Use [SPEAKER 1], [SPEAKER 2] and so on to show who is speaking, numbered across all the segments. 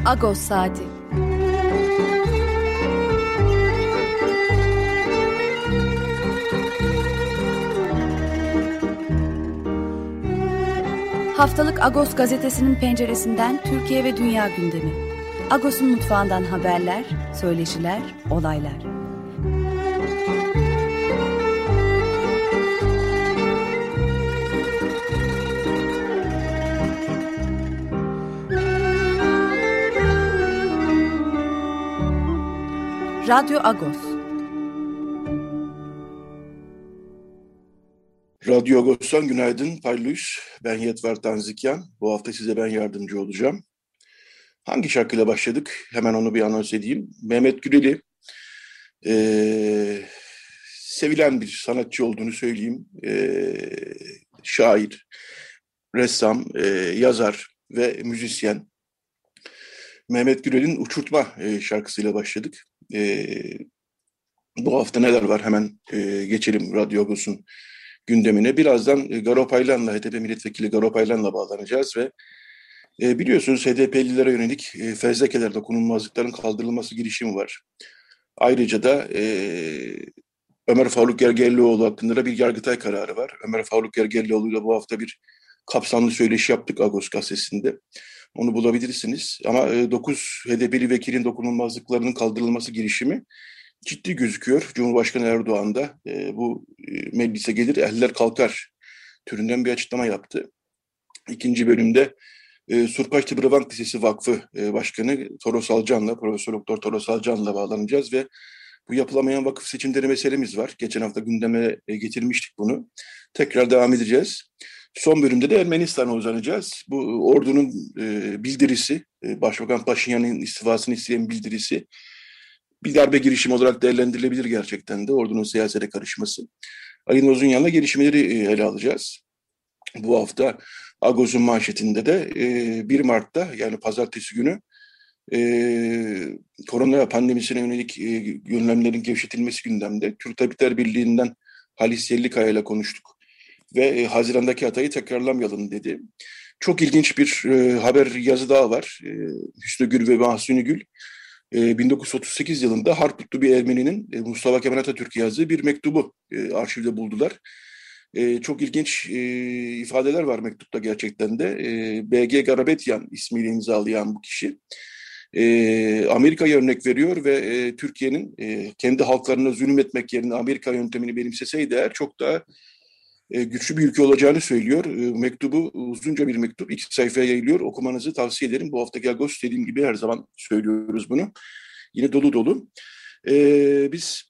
[SPEAKER 1] Agos Saati. Haftalık Agos gazetesinin penceresinden Türkiye ve dünya gündemi. Agos'un mutfağından haberler, söyleşiler, olaylar. Radyo Agos.
[SPEAKER 2] Radyo Agos'tan günaydın, parlıyız. Ben Yetvar Tanzikyan. Bu hafta size ben yardımcı olacağım. Hangi şarkıyla başladık? Hemen onu bir anons edeyim. Mehmet Güreli, sevilen bir sanatçı olduğunu söyleyeyim. Şair, ressam, yazar ve müzisyen. Mehmet Gürel'in Uçurtma şarkısıyla başladık. Bu hafta neler var? Hemen geçelim Radyo Agos'un gündemine. Birazdan Garo Paylan'la, HDP milletvekili Garo Paylan'la bağlanacağız ve biliyorsunuz HDP'lilere yönelik fezlekeler, dokunulmazlıkların kaldırılması girişimi var. Ayrıca da Ömer Faruk Gergerlioğlu hakkında da bir Yargıtay kararı var. Ömer Faruk Gergerlioğlu'yla bu hafta bir kapsamlı söyleşi yaptık Agos gazetesinde. Onu bulabilirsiniz. Ama 9 HDP'li vekilin dokunulmazlıklarının kaldırılması girişimi ciddi gözüküyor. Cumhurbaşkanı Erdoğan da bu meclise gelir, eller kalkar türünden bir açıklama yaptı. İkinci bölümde Surkaç Tıbbı Rıvank Lisesi Vakfı Başkanı Toros Alcan'la, Profesör Doktor Toros Alcan'la bağlanacağız ve bu yapılamayan vakıf seçimleri meselemiz var. Geçen hafta gündeme getirmiştik bunu. Tekrar devam edeceğiz. Son bölümde de Ermenistan'a uzanacağız. Bu ordunun bildirisi, Başbakan Paşinyan'ın istifasını isteyen bildirisi bir darbe girişimi olarak değerlendirilebilir gerçekten de ordunun siyasete karışması. Ali Nozunyan'la gelişmeleri ele alacağız. Bu hafta Agos'un manşetinde de 1 Mart'ta yani pazartesi günü korona pandemisine yönelik önlemlerin gevşetilmesi gündemde. Türk Tabipler Birliği'nden Halis Yerlikaya ile konuştuk ve Haziran'daki hatayı tekrarlamayalım dedi. Çok ilginç bir haber yazı daha var. Hüsnü Gül ve Mahsuni Gül 1938 yılında Harputlu bir Ermeninin Mustafa Kemal Atatürk'e yazdığı bir mektubu arşivde buldular. Çok ilginç ifadeler var mektupta gerçekten de. B.G. Garabetyan ismiyle imzalayan bu kişi Amerika'ya örnek veriyor ve Türkiye'nin kendi halklarına zulüm etmek yerine Amerika yöntemini benimseseydi eğer çok daha güçlü bir ülke olacağını söylüyor. Mektubu uzunca bir mektup. 2 sayfaya yayılıyor. Okumanızı tavsiye ederim. Bu haftaki Agos dediğim gibi her zaman söylüyoruz bunu. Yine dolu dolu. Biz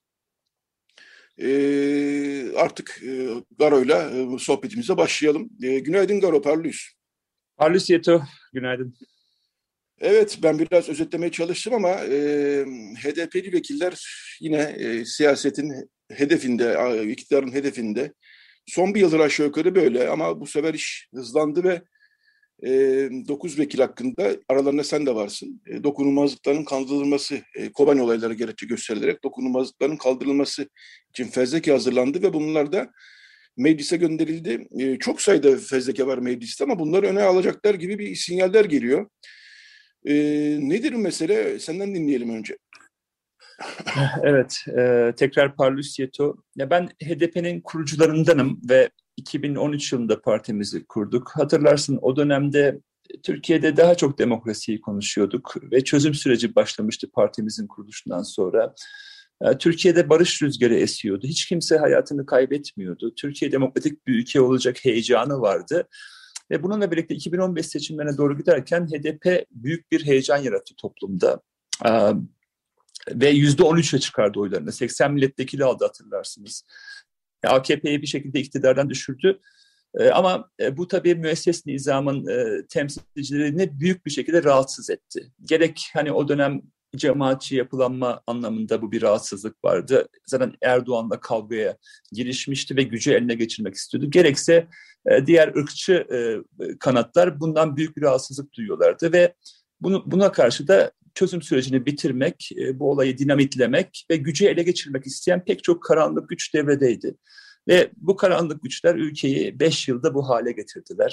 [SPEAKER 2] artık Garo'yla sohbetimize başlayalım. Günaydın Garo, parlıyız.
[SPEAKER 3] Parlıyız Yeto, günaydın.
[SPEAKER 2] Evet, ben biraz özetlemeye çalıştım ama HDP'li vekiller yine siyasetin hedefinde, iktidarın hedefinde. Son bir yıldır aşağı yukarı böyle ama bu sefer iş hızlandı ve 9 vekil hakkında aralarında sen de varsın. Dokunulmazlıkların kaldırılması, Kobani olayları gerekçe gösterilerek dokunulmazlıkların kaldırılması için fezleke hazırlandı ve bunlar da meclise gönderildi. Çok sayıda fezleke var mecliste ama bunları öne alacaklar gibi bir sinyaller geliyor. Nedir mesele? Senden dinleyelim önce.
[SPEAKER 3] Evet, tekrar parlıyız Yeto. Ya ben HDP'nin kurucularındanım ve 2013 yılında partimizi kurduk. Hatırlarsın o dönemde Türkiye'de daha çok demokrasiyi konuşuyorduk ve çözüm süreci başlamıştı partimizin kuruluşundan sonra. Türkiye'de barış rüzgarı esiyordu. Hiç kimse hayatını kaybetmiyordu. Türkiye demokratik bir ülke olacak heyecanı vardı. Ve bununla birlikte 2015 seçimlerine doğru giderken HDP büyük bir heyecan yarattı toplumda. Ve %13'e çıkardı oylarını. 80 milletvekili aldı hatırlarsınız. AKP'yi bir şekilde iktidardan düşürdü. Ama bu tabii müesses nizamın temsilcilerini büyük bir şekilde rahatsız etti. Gerek hani o dönem cemaatçi yapılanma anlamında bu bir rahatsızlık vardı. Zaten Erdoğan'la kavgaya girişmişti ve gücü eline geçirmek istiyordu. Gerekse diğer ırkçı kanatlar bundan büyük bir rahatsızlık duyuyorlardı ve buna karşı da çözüm sürecini bitirmek, bu olayı dinamitlemek ve gücü ele geçirmek isteyen pek çok karanlık güç devredeydi. Ve bu karanlık güçler ülkeyi 5 yılda bu hale getirdiler.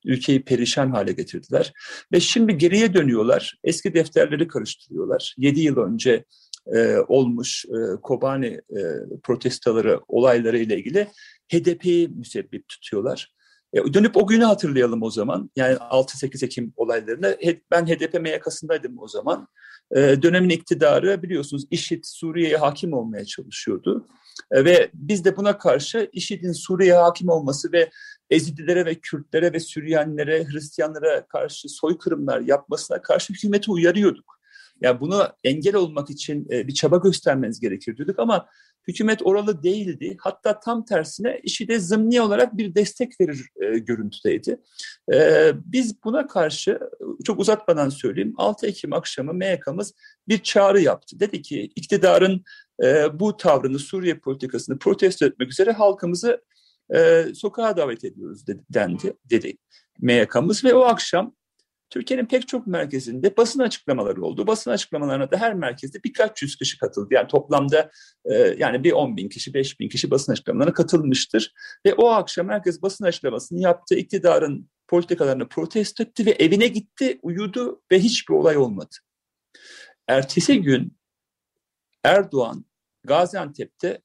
[SPEAKER 3] Ülkeyi perişan hale getirdiler. Ve şimdi geriye dönüyorlar. Eski defterleri karıştırıyorlar. 7 yıl önce olmuş Kobani protestoları, olayları ile ilgili HDP'yi müsebbip tutuyorlar. Dönüp o günü hatırlayalım o zaman. Yani 6-8 Ekim olaylarını. Ben HDP MYK'sındaydım o zaman. Dönemin iktidarı biliyorsunuz IŞİD Suriye'ye hakim olmaya çalışıyordu. Ve biz de buna karşı IŞİD'in Suriye'ye hakim olması ve Ezidilere ve Kürtlere ve Süryanilere, Hristiyanlara karşı soykırımlar yapmasına karşı hükümeti uyarıyorduk. Yani buna engel olmak için bir çaba göstermeniz gerekir diyorduk ama hükümet oralı değildi. Hatta tam tersine IŞİD'e zımni olarak bir destek verir görüntüdeydi. Biz buna karşı çok uzatmadan söyleyeyim 6 Ekim akşamı MYK'mız bir çağrı yaptı. Dedi ki iktidarın bu tavrını, Suriye politikasını protesto etmek üzere halkımızı sokağa davet ediyoruz dedi MYK'mız ve o akşam Türkiye'nin pek çok merkezinde basın açıklamaları oldu. Basın açıklamalarına da her merkezde birkaç yüz kişi katıldı. Yani toplamda yani bir 10.000 kişi, 5.000 kişi basın açıklamalarına katılmıştır. Ve o akşam herkes basın açıklamasını yaptı. İktidarın politikalarını protesto etti ve evine gitti, uyudu ve hiçbir olay olmadı. Ertesi gün Erdoğan Gaziantep'te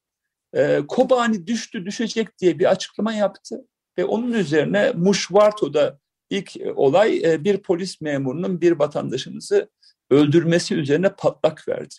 [SPEAKER 3] Kobani düşecek diye bir açıklama yaptı. Ve onun üzerine Muşvarto'da İlk olay bir polis memurunun bir vatandaşımızı öldürmesi üzerine patlak verdi.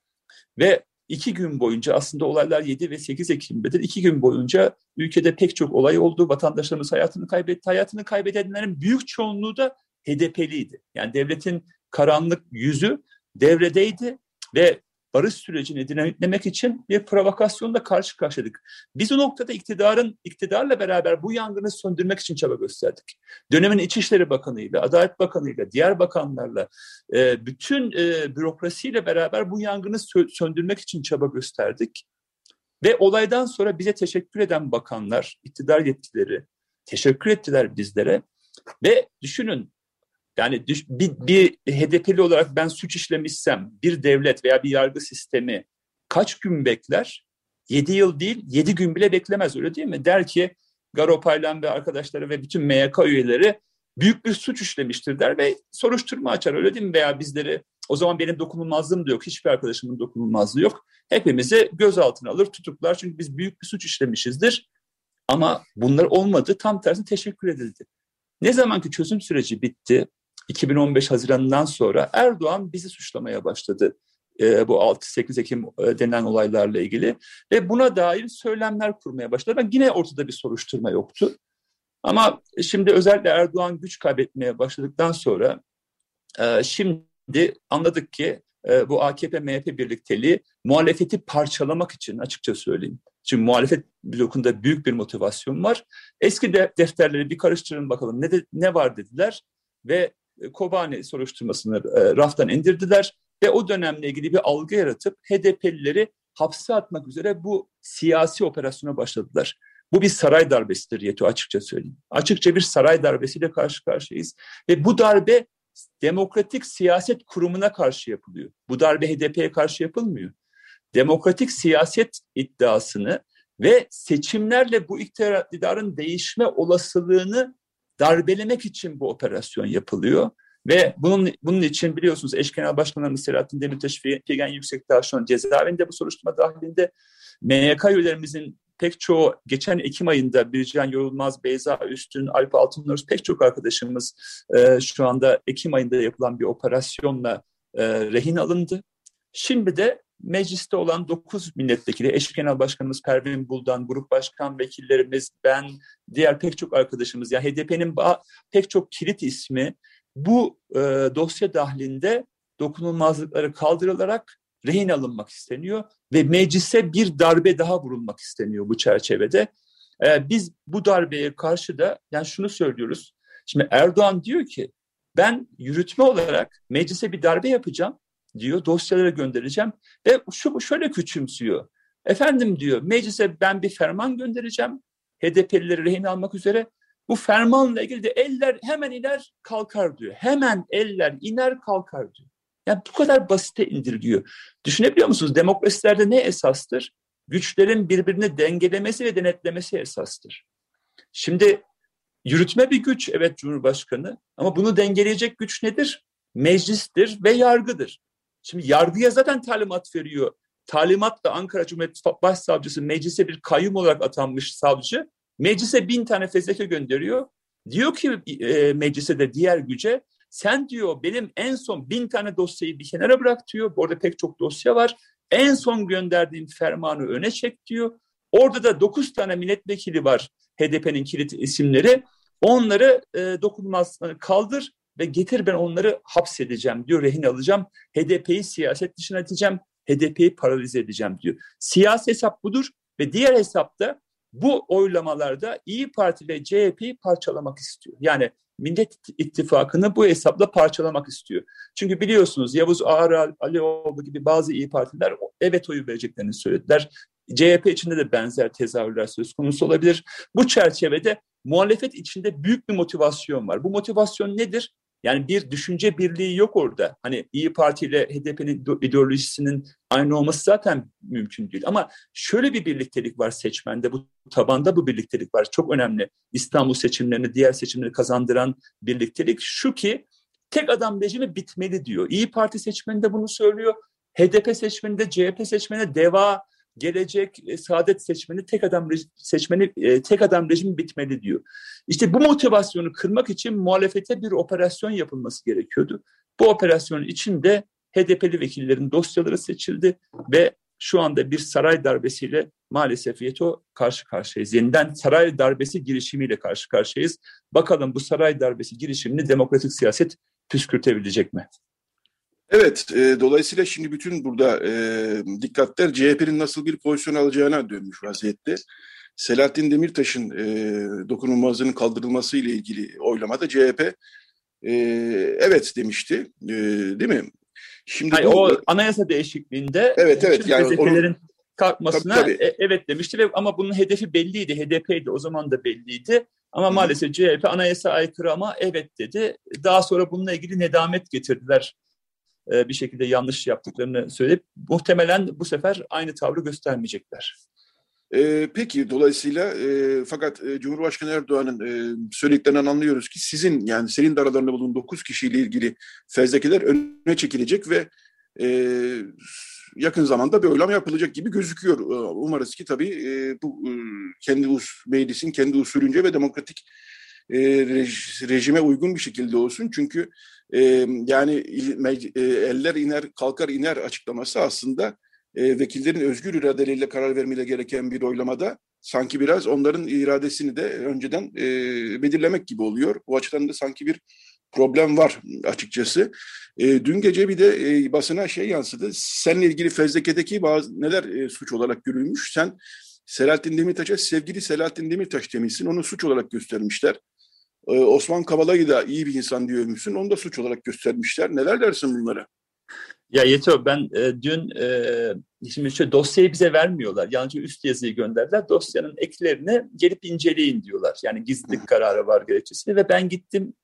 [SPEAKER 3] Ve 2 gün boyunca aslında olaylar 7 ve 8 Ekim'dedir. 2 gün boyunca ülkede pek çok olay oldu. Vatandaşlarımız hayatını kaybetti. Hayatını kaybedenlerin büyük çoğunluğu da HDP'liydi. Yani devletin karanlık yüzü devredeydi ve barış sürecini dinamiklemek için bir provokasyonla karşı karşıyaydık. Biz o noktada iktidarla beraber bu yangını söndürmek için çaba gösterdik. Dönemin İçişleri Bakanı'yla, Adalet Bakanı'yla, diğer bakanlarla, bütün bürokrasiyle beraber bu yangını söndürmek için çaba gösterdik. Ve olaydan sonra bize teşekkür eden bakanlar, iktidar yetkilileri teşekkür ettiler bizlere. Ve düşünün, yani bir HDP'li olarak ben suç işlemişsem bir devlet veya bir yargı sistemi kaç gün bekler? 7 yıl değil, 7 gün bile beklemez, öyle değil mi? Der ki Garo Paylan ve arkadaşları ve bütün MYK üyeleri büyük bir suç işlemiştir der ve soruşturma açar, öyle değil mi? Veya bizleri, o zaman benim dokunulmazlığım da yok, hiçbir arkadaşımın dokunulmazlığı yok. Hepimizi gözaltına alır, tutuklar çünkü biz büyük bir suç işlemişizdir. Ama bunlar olmadı, tam tersine teşekkür edildi. Ne zamanki çözüm süreci bitti, 2015 Haziran'dan sonra Erdoğan bizi suçlamaya başladı. Bu 6-8 Ekim denilen olaylarla ilgili ve buna dair söylemler kurmaya başladı. Ama yine ortada bir soruşturma yoktu. Ama şimdi özellikle Erdoğan güç kaybetmeye başladıktan sonra şimdi anladık ki bu AKP-MHP birlikteliği muhalefeti parçalamak için, açıkça söyleyeyim. Çünkü muhalefet blokunda büyük bir motivasyon var. Eski defterleri bir karıştırın bakalım ne var dediler ve Kobani soruşturmasını raftan indirdiler ve o dönemle ilgili bir algı yaratıp HDP'lileri hapse atmak üzere bu siyasi operasyona başladılar. Bu bir saray darbesidir Yeto, açıkça söyleyeyim. Açıkça bir saray darbesiyle karşı karşıyayız ve bu darbe Demokratik Siyaset Kurumu'na karşı yapılıyor. Bu darbe HDP'ye karşı yapılmıyor. Demokratik siyaset iddiasını ve seçimlerle bu iktidarın değişme olasılığını darbelemek için bu operasyon yapılıyor. Ve bunun için biliyorsunuz eş genel başkanlarımız Selahattin Demirtaş ve Figen Yüksekdağ şu an cezaevinde, bu soruşturma dahilinde. MYK üyelerimizin pek çoğu geçen Ekim ayında Bircan Yorulmaz, Beyza Üstün, Alp Altınöz pek çok arkadaşımız şu anda Ekim ayında yapılan bir operasyonla rehin alındı. Şimdi de mecliste olan 9 milletvekili, eş genel başkanımız Pervin Buldan, grup başkan vekillerimiz, ben, diğer pek çok arkadaşımız, yani HDP'nin pek çok kilit ismi bu dosya dahilinde dokunulmazlıkları kaldırılarak rehin alınmak isteniyor ve meclise bir darbe daha vurulmak isteniyor bu çerçevede. Biz bu darbeye karşı da yani şunu söylüyoruz. Şimdi Erdoğan diyor ki ben yürütme olarak meclise bir darbe yapacağım diyor, dosyalara göndereceğim ve şöyle küçümsüyor. Efendim diyor, meclise ben bir ferman göndereceğim HDP'lileri rehin almak üzere. Bu fermanla ilgili de eller hemen iner kalkar diyor. Hemen eller iner kalkar diyor. Yani bu kadar basite indiriliyor. Düşünebiliyor musunuz? Demokrasilerde ne esastır? Güçlerin birbirini dengelemesi ve denetlemesi esastır. Şimdi Yürütme bir güç, evet, Cumhurbaşkanı, ama bunu dengeleyecek güç nedir? Meclistir ve yargıdır. Şimdi yargıya zaten talimat veriyor. Talimatla Ankara Cumhuriyet Başsavcısı meclise bir kayyum olarak atanmış savcı, meclise 1000 tane fezleke gönderiyor. Diyor ki meclise de diğer güce, sen diyor benim en son 1000 tane dosyayı bir kenara bırak diyor. Orada pek çok dosya var. En son gönderdiğim fermanı öne çek diyor. Orada da 9 tane milletvekili var, HDP'nin kilit isimleri. Onları dokunulmazlığını kaldır ve getir, ben onları hapsedeceğim diyor, rehin alacağım. HDP'yi siyaset dışına atacağım, HDP'yi paralize edeceğim diyor. Siyasi hesap budur ve diğer hesapta bu oylamalarda İyi Parti ve CHP'yi parçalamak istiyor. Yani Millet İttifakı'nı bu hesapla parçalamak istiyor. Çünkü biliyorsunuz Yavuz Ağar Alioğlu gibi bazı İyi Partiler evet oyu vereceklerini söylediler. CHP içinde de benzer tezahürler söz konusu olabilir. Bu çerçevede muhalefet içinde büyük bir motivasyon var. Bu motivasyon nedir? Yani bir düşünce birliği yok orada. Hani İyi Parti ile HDP'nin ideolojisinin aynı olması zaten mümkün değil. Ama şöyle bir birliktelik var seçmende. Bu tabanda bu birliktelik var. Çok önemli. İstanbul seçimlerini, diğer seçimleri kazandıran birliktelik şu ki tek adam rejimi bitmeli diyor. İyi Parti seçmeninde bunu söylüyor. HDP seçmeninde, CHP seçmeninde, DEVA, Gelecek, Saadet seçmeni, tek adam rejimi bitmeli diyor. İşte bu motivasyonu kırmak için muhalefete bir operasyon yapılması gerekiyordu. Bu operasyonun içinde HDP'li vekillerin dosyaları seçildi ve şu anda bir saray darbesiyle maalesef Yeto karşı karşıyayız. Yeniden saray darbesi girişimiyle karşı karşıyayız. Bakalım bu saray darbesi girişimini demokratik siyaset püskürtebilecek mi?
[SPEAKER 2] Evet, dolayısıyla şimdi bütün burada dikkatler CHP'nin nasıl bir pozisyon alacağına dönmüş vaziyette. Selahattin Demirtaş'ın dokunulmazlığının kaldırılması ile ilgili oylamada CHP evet demişti, değil mi?
[SPEAKER 3] Şimdi hayır, o anayasa değişikliğinde
[SPEAKER 2] evet yani
[SPEAKER 3] onun kalkmasına
[SPEAKER 2] tabii.
[SPEAKER 3] Evet demişti ve ama bunun hedefi belliydi. HDP'ydi, o zaman da belliydi. Ama maalesef CHP anayasa aykırı ama evet dedi. Daha sonra bununla ilgili nedamet getirdiler. Bir şekilde yanlış yaptıklarını söyleyip muhtemelen bu sefer aynı tavrı göstermeyecekler.
[SPEAKER 2] Peki dolayısıyla fakat Cumhurbaşkanı Erdoğan'ın söylediklerinden anlıyoruz ki senin de aralarında bulunduğun 9 kişiyle ilgili fezlekeler öne çekilecek ve yakın zamanda bir oylama yapılacak gibi gözüküyor. Umarız ki tabii bu meclisin kendi usulünce ve demokratik rejime uygun bir şekilde olsun. Çünkü yani eller iner kalkar iner açıklaması aslında vekillerin özgür iradeleriyle karar vermeyle gereken bir oylamada sanki biraz onların iradesini de önceden belirlemek gibi oluyor. Bu açıdan da sanki bir problem var açıkçası. Dün gece bir de basına yansıdı. Seninle ilgili fezlekedeki neler suç olarak görülmüş? Sen Selahattin Demirtaş'a sevgili Selahattin Demirtaş demişsin. Onu suç olarak göstermişler. Osman Kavala'yı da iyi bir insan diyormuşsun. Onu da suç olarak göstermişler. Neler dersin bunlara?
[SPEAKER 3] Ya Yeto, ben dün şimdi dosyayı bize vermiyorlar. Yalnızca üst yazıyı gönderdiler. Dosyanın eklerini gelip inceleyin diyorlar. Yani gizlilik kararı var gerekçesi ve ben gittim.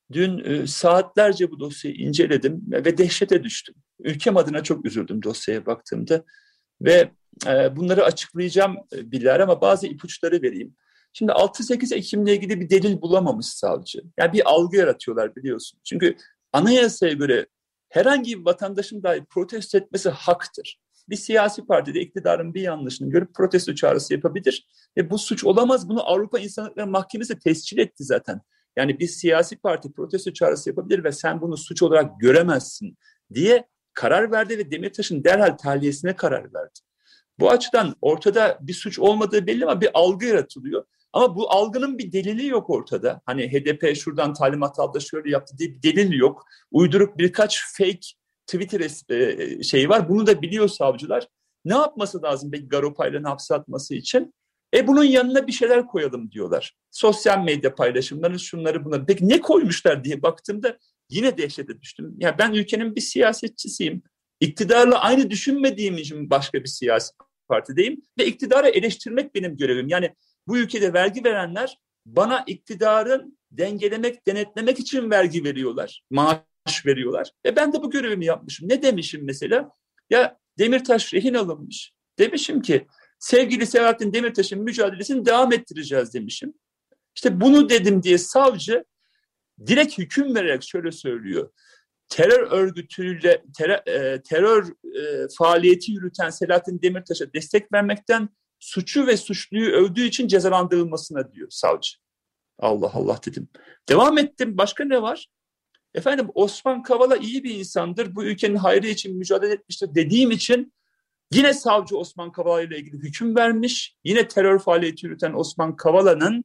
[SPEAKER 3] Dün saatlerce bu dosyayı inceledim ve dehşete düştüm. Ülkem adına çok üzüldüm dosyaya baktığımda. Ve bunları açıklayacağım billah ama bazı ipuçları vereyim. Şimdi 6-8 Ekim'le ilgili bir delil bulamamış savcı. Yani bir algı yaratıyorlar biliyorsun. Çünkü anayasaya göre herhangi bir vatandaşın dahi protesto etmesi haktır. Bir siyasi partide iktidarın bir yanlışını görüp protesto çağrısı yapabilir. Ve bu suç olamaz. Bunu Avrupa İnsan Hakları Mahkemesi tescil etti zaten. Yani bir siyasi parti protesto çağrısı yapabilir ve sen bunu suç olarak göremezsin diye karar verdi ve Demirtaş'ın derhal tahliyesine karar verdi. Bu açıdan ortada bir suç olmadığı belli ama bir algı yaratılıyor. Ama bu algının bir delili yok ortada. Hani HDP şuradan talimat aldı, şöyle yaptı diye bir delil yok. Uyduruk birkaç fake Twitter şeyi var. Bunu da biliyor savcılar. Ne yapması lazım peki Garopaylan'ı hapse atması için? Bunun yanına bir şeyler koyalım diyorlar. Sosyal medya paylaşımları, şunları bunları. Peki ne koymuşlar diye baktığımda yine dehşete düştüm. Yani ben ülkenin bir siyasetçisiyim. İktidarla aynı düşünmediğim için başka bir siyasi partideyim. Ve iktidarı eleştirmek benim görevim. Yani bu ülkede vergi verenler bana iktidarın dengelemek, denetlemek için vergi veriyorlar. Maaş veriyorlar. Ben de bu görevimi yapmışım. Ne demişim mesela? Ya Demirtaş rehin alınmış. Demişim ki sevgili Selahattin Demirtaş'ın mücadelesini devam ettireceğiz demişim. İşte bunu dedim diye savcı direkt hüküm vererek şöyle söylüyor. Terör örgütüyle terör faaliyeti yürüten Selahattin Demirtaş'a destek vermekten, suçu ve suçluyu övdüğü için cezalandırılmasına diyor savcı. Allah Allah dedim. Devam ettim. Başka ne var? Efendim Osman Kavala iyi bir insandır. Bu ülkenin hayrı için mücadele etmiştir dediğim için yine savcı Osman Kavala ile ilgili hüküm vermiş. Yine terör faaliyeti yürüten Osman Kavala'nın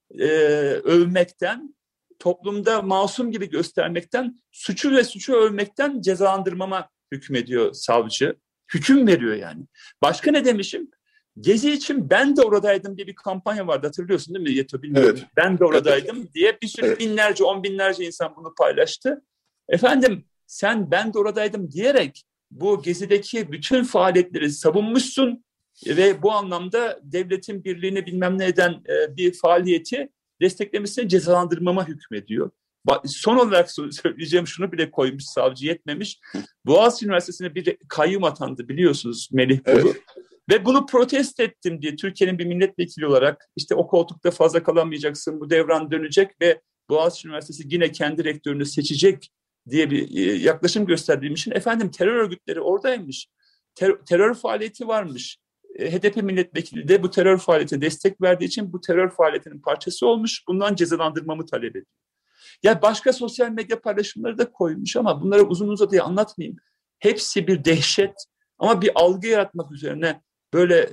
[SPEAKER 3] övmekten, toplumda masum gibi göstermekten, suçu ve suçu övmekten cezalandırmama hükmediyor savcı. Hüküm veriyor yani. Başka ne demişim? Gezi için ben de oradaydım diye bir kampanya vardı, hatırlıyorsun değil mi Yeto? Bilmiyorum. Evet. Ben de oradaydım diye bir sürü binlerce, on binlerce insan bunu paylaştı. Efendim sen ben de oradaydım diyerek bu Gezi'deki bütün faaliyetleri savunmuşsun ve bu anlamda devletin birliğini bilmem ne eden bir faaliyeti desteklemesine cezalandırmama hükmediyor. Son olarak söyleyeceğim şunu bile koymuş savcı, yetmemiş. Boğaziçi Üniversitesi'ne bir kayyum atandı biliyorsunuz, Melih Bulu. Evet. Ve bunu protesto ettim diye Türkiye'nin bir milletvekili olarak işte o koltukta fazla kalamayacaksın, bu devran dönecek ve Boğaziçi Üniversitesi yine kendi rektörünü seçecek diye bir yaklaşım gösterdiğim için efendim terör örgütleri oradaymış. Terör faaliyeti varmış. HDP milletvekili de bu terör faaliyete destek verdiği için bu terör faaliyetinin parçası olmuş. Bundan cezalandırmamı talep ediyor. Ya başka sosyal medya paylaşımları da koymuş ama bunları uzun uzadıya anlatmayayım. Hepsi bir dehşet ama bir algı yaratmak üzerine böyle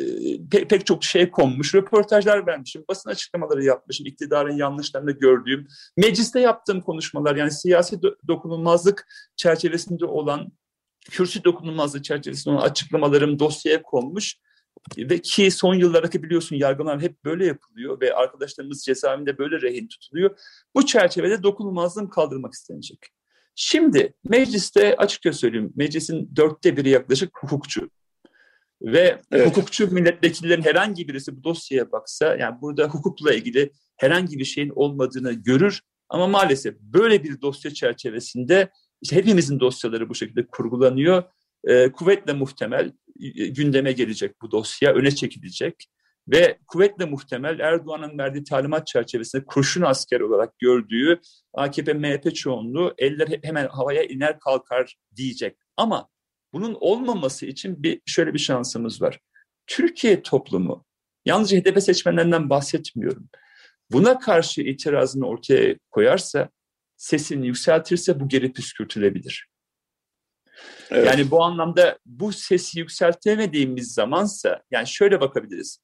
[SPEAKER 3] pek çok şey konmuş. Röportajlar vermişim, basın açıklamaları yapmışım. İktidarın yanlışlarını gördüğüm, mecliste yaptığım konuşmalar, yani siyasi dokunulmazlık çerçevesinde olan, kürsü dokunulmazlığı çerçevesinde olan açıklamalarım dosyaya konmuş. Ve ki son yıllardaki biliyorsun yargılar hep böyle yapılıyor ve arkadaşlarımız cezaevinde böyle rehin tutuluyor. Bu çerçevede dokunulmazlığın kaldırmak istenecek. Şimdi mecliste açıkça söyleyeyim, meclisin 1/4 yaklaşık hukukçu. Ve hukukçu milletvekillerin herhangi birisi bu dosyaya baksa, yani burada hukukla ilgili herhangi bir şeyin olmadığını görür. Ama maalesef böyle bir dosya çerçevesinde işte hepimizin dosyaları bu şekilde kurgulanıyor. Kuvvetle muhtemel gündeme gelecek bu dosya, öne çekilecek. Ve kuvvetle muhtemel Erdoğan'ın verdiği talimat çerçevesinde kurşun asker olarak gördüğü AKP-MHP çoğunluğu eller hemen havaya iner kalkar diyecek. Ama bunun olmaması için şöyle bir şansımız var. Türkiye toplumu, yalnızca HDP seçmenlerinden bahsetmiyorum, buna karşı itirazını ortaya koyarsa, sesini yükseltirse bu geri püskürtülebilir. Evet. Yani bu anlamda bu sesi yükseltemediğimiz zamansa, yani şöyle bakabiliriz.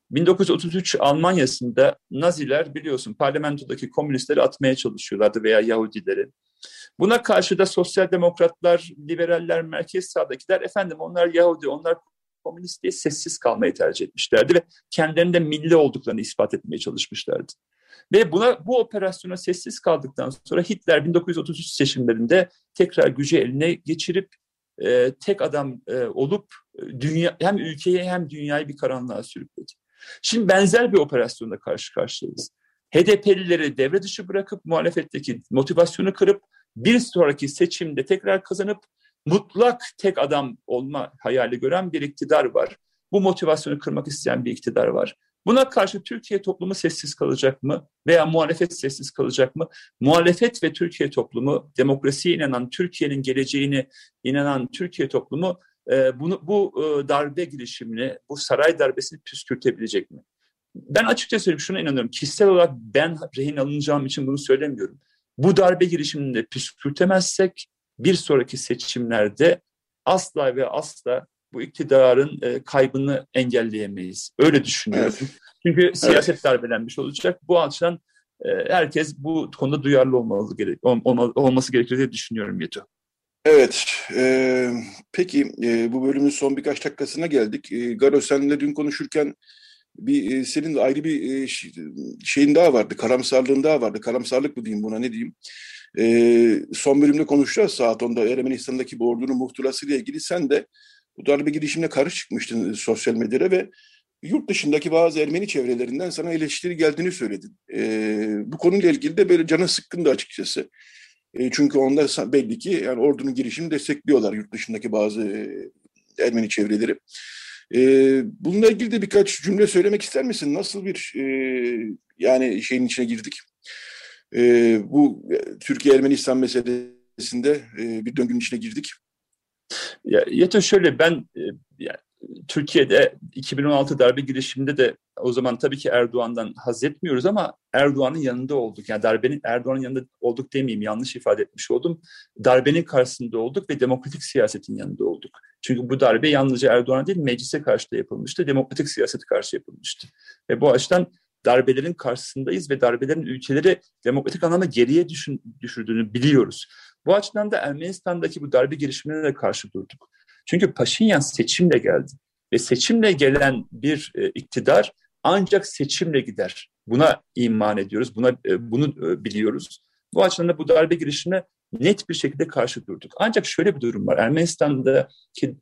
[SPEAKER 3] 1933 Almanya'sında Naziler biliyorsun parlamentodaki komünistleri atmaya çalışıyorlardı veya Yahudileri. Buna karşı da sosyal demokratlar, liberaller, merkez sağdakiler efendim onlar Yahudi, onlar komünist diye sessiz kalmayı tercih etmişlerdi ve kendilerinde milli olduklarını ispat etmeye çalışmışlardı. Ve bu operasyona sessiz kaldıktan sonra Hitler 1933 seçimlerinde tekrar gücü eline geçirip tek adam olup hem ülkeyi hem dünyayı bir karanlığa sürükledi. Şimdi benzer bir operasyonla karşı karşıyayız. HDP'lileri devre dışı bırakıp muhalefetteki motivasyonu kırıp bir sonraki seçimde tekrar kazanıp mutlak tek adam olma hayali gören bir iktidar var. Bu motivasyonu kırmak isteyen bir iktidar var. Buna karşı Türkiye toplumu sessiz kalacak mı? Veya muhalefet sessiz kalacak mı? Muhalefet ve Türkiye toplumu, demokrasiye inanan, Türkiye'nin geleceğine inanan Türkiye toplumu bu darbe girişimini, bu saray darbesini püskürtebilecek mi? Ben açıkça söyleyeyim, şuna inanıyorum. Kişisel olarak ben rehin alınacağım için bunu söylemiyorum. Bu darbe girişimini de püskürtemezsek bir sonraki seçimlerde asla ve asla bu iktidarın kaybını engelleyemeyiz. Öyle düşünüyorum. Evet. Çünkü siyaset darbelenmiş olacak. Bu açıdan herkes bu konuda duyarlı olması gerekir diye düşünüyorum Yeto.
[SPEAKER 2] Evet. Peki bu bölümün son birkaç dakikasına geldik. Garo, seninle dün konuşurken senin de ayrı bir şeyin daha vardı. Karamsarlığın daha vardı. Karamsarlık mı diyeyim buna, ne diyeyim? Son bölümde konuşacağız saat 10'da Ermenistan'daki bu ordunun muhtırası ile ilgili. Sen de bu darbe girişimine karşı çıkmıştın sosyal medyada ve yurt dışındaki bazı Ermeni çevrelerinden sana eleştiri geldiğini söyledin. Bu konuyla ilgili de böyle canın sıkkındı açıkçası. Çünkü onlar belli ki yani ordunun girişimini destekliyorlar, yurt dışındaki bazı Ermeni çevreleri. Bununla ilgili de birkaç cümle söylemek ister misin? Nasıl bir yani şeyin içine girdik? Bu Türkiye-Ermenistan meselesinde bir döngünün içine girdik.
[SPEAKER 3] Yeto şöyle yani, Türkiye'de 2016 darbe girişiminde de o zaman tabii ki Erdoğan'dan haz etmiyoruz ama Erdoğan'ın yanında olduk. Yani Erdoğan'ın yanında olduk demeyeyim, yanlış ifade etmiş oldum. Darbenin karşısında olduk ve demokratik siyasetin yanında olduk. Çünkü bu darbe yalnızca Erdoğan'a değil meclise karşı da yapılmıştı. Demokratik siyasete karşı yapılmıştı. Ve bu açıdan darbelerin karşısındayız ve darbelerin ülkeleri demokratik anlamda geriye düşürdüğünü biliyoruz. Bu açıdan da Ermenistan'daki bu darbe girişimine de karşı durduk. Çünkü Paşinyan seçimle geldi ve seçimle gelen bir iktidar ancak seçimle gider. Buna iman ediyoruz, bunu biliyoruz. Bu açıdan da bu darbe girişimine net bir şekilde karşı durduk. Ancak şöyle bir durum var. Ermenistan'daki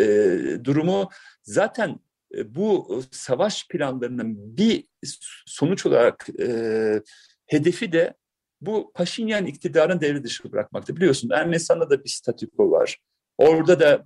[SPEAKER 3] durumu zaten bu savaş planlarının bir sonuç olarak hedefi de bu Paşinyan iktidarın devre dışı bırakmaktı. Biliyorsun Ermenistan'da da bir statüko var. Orada da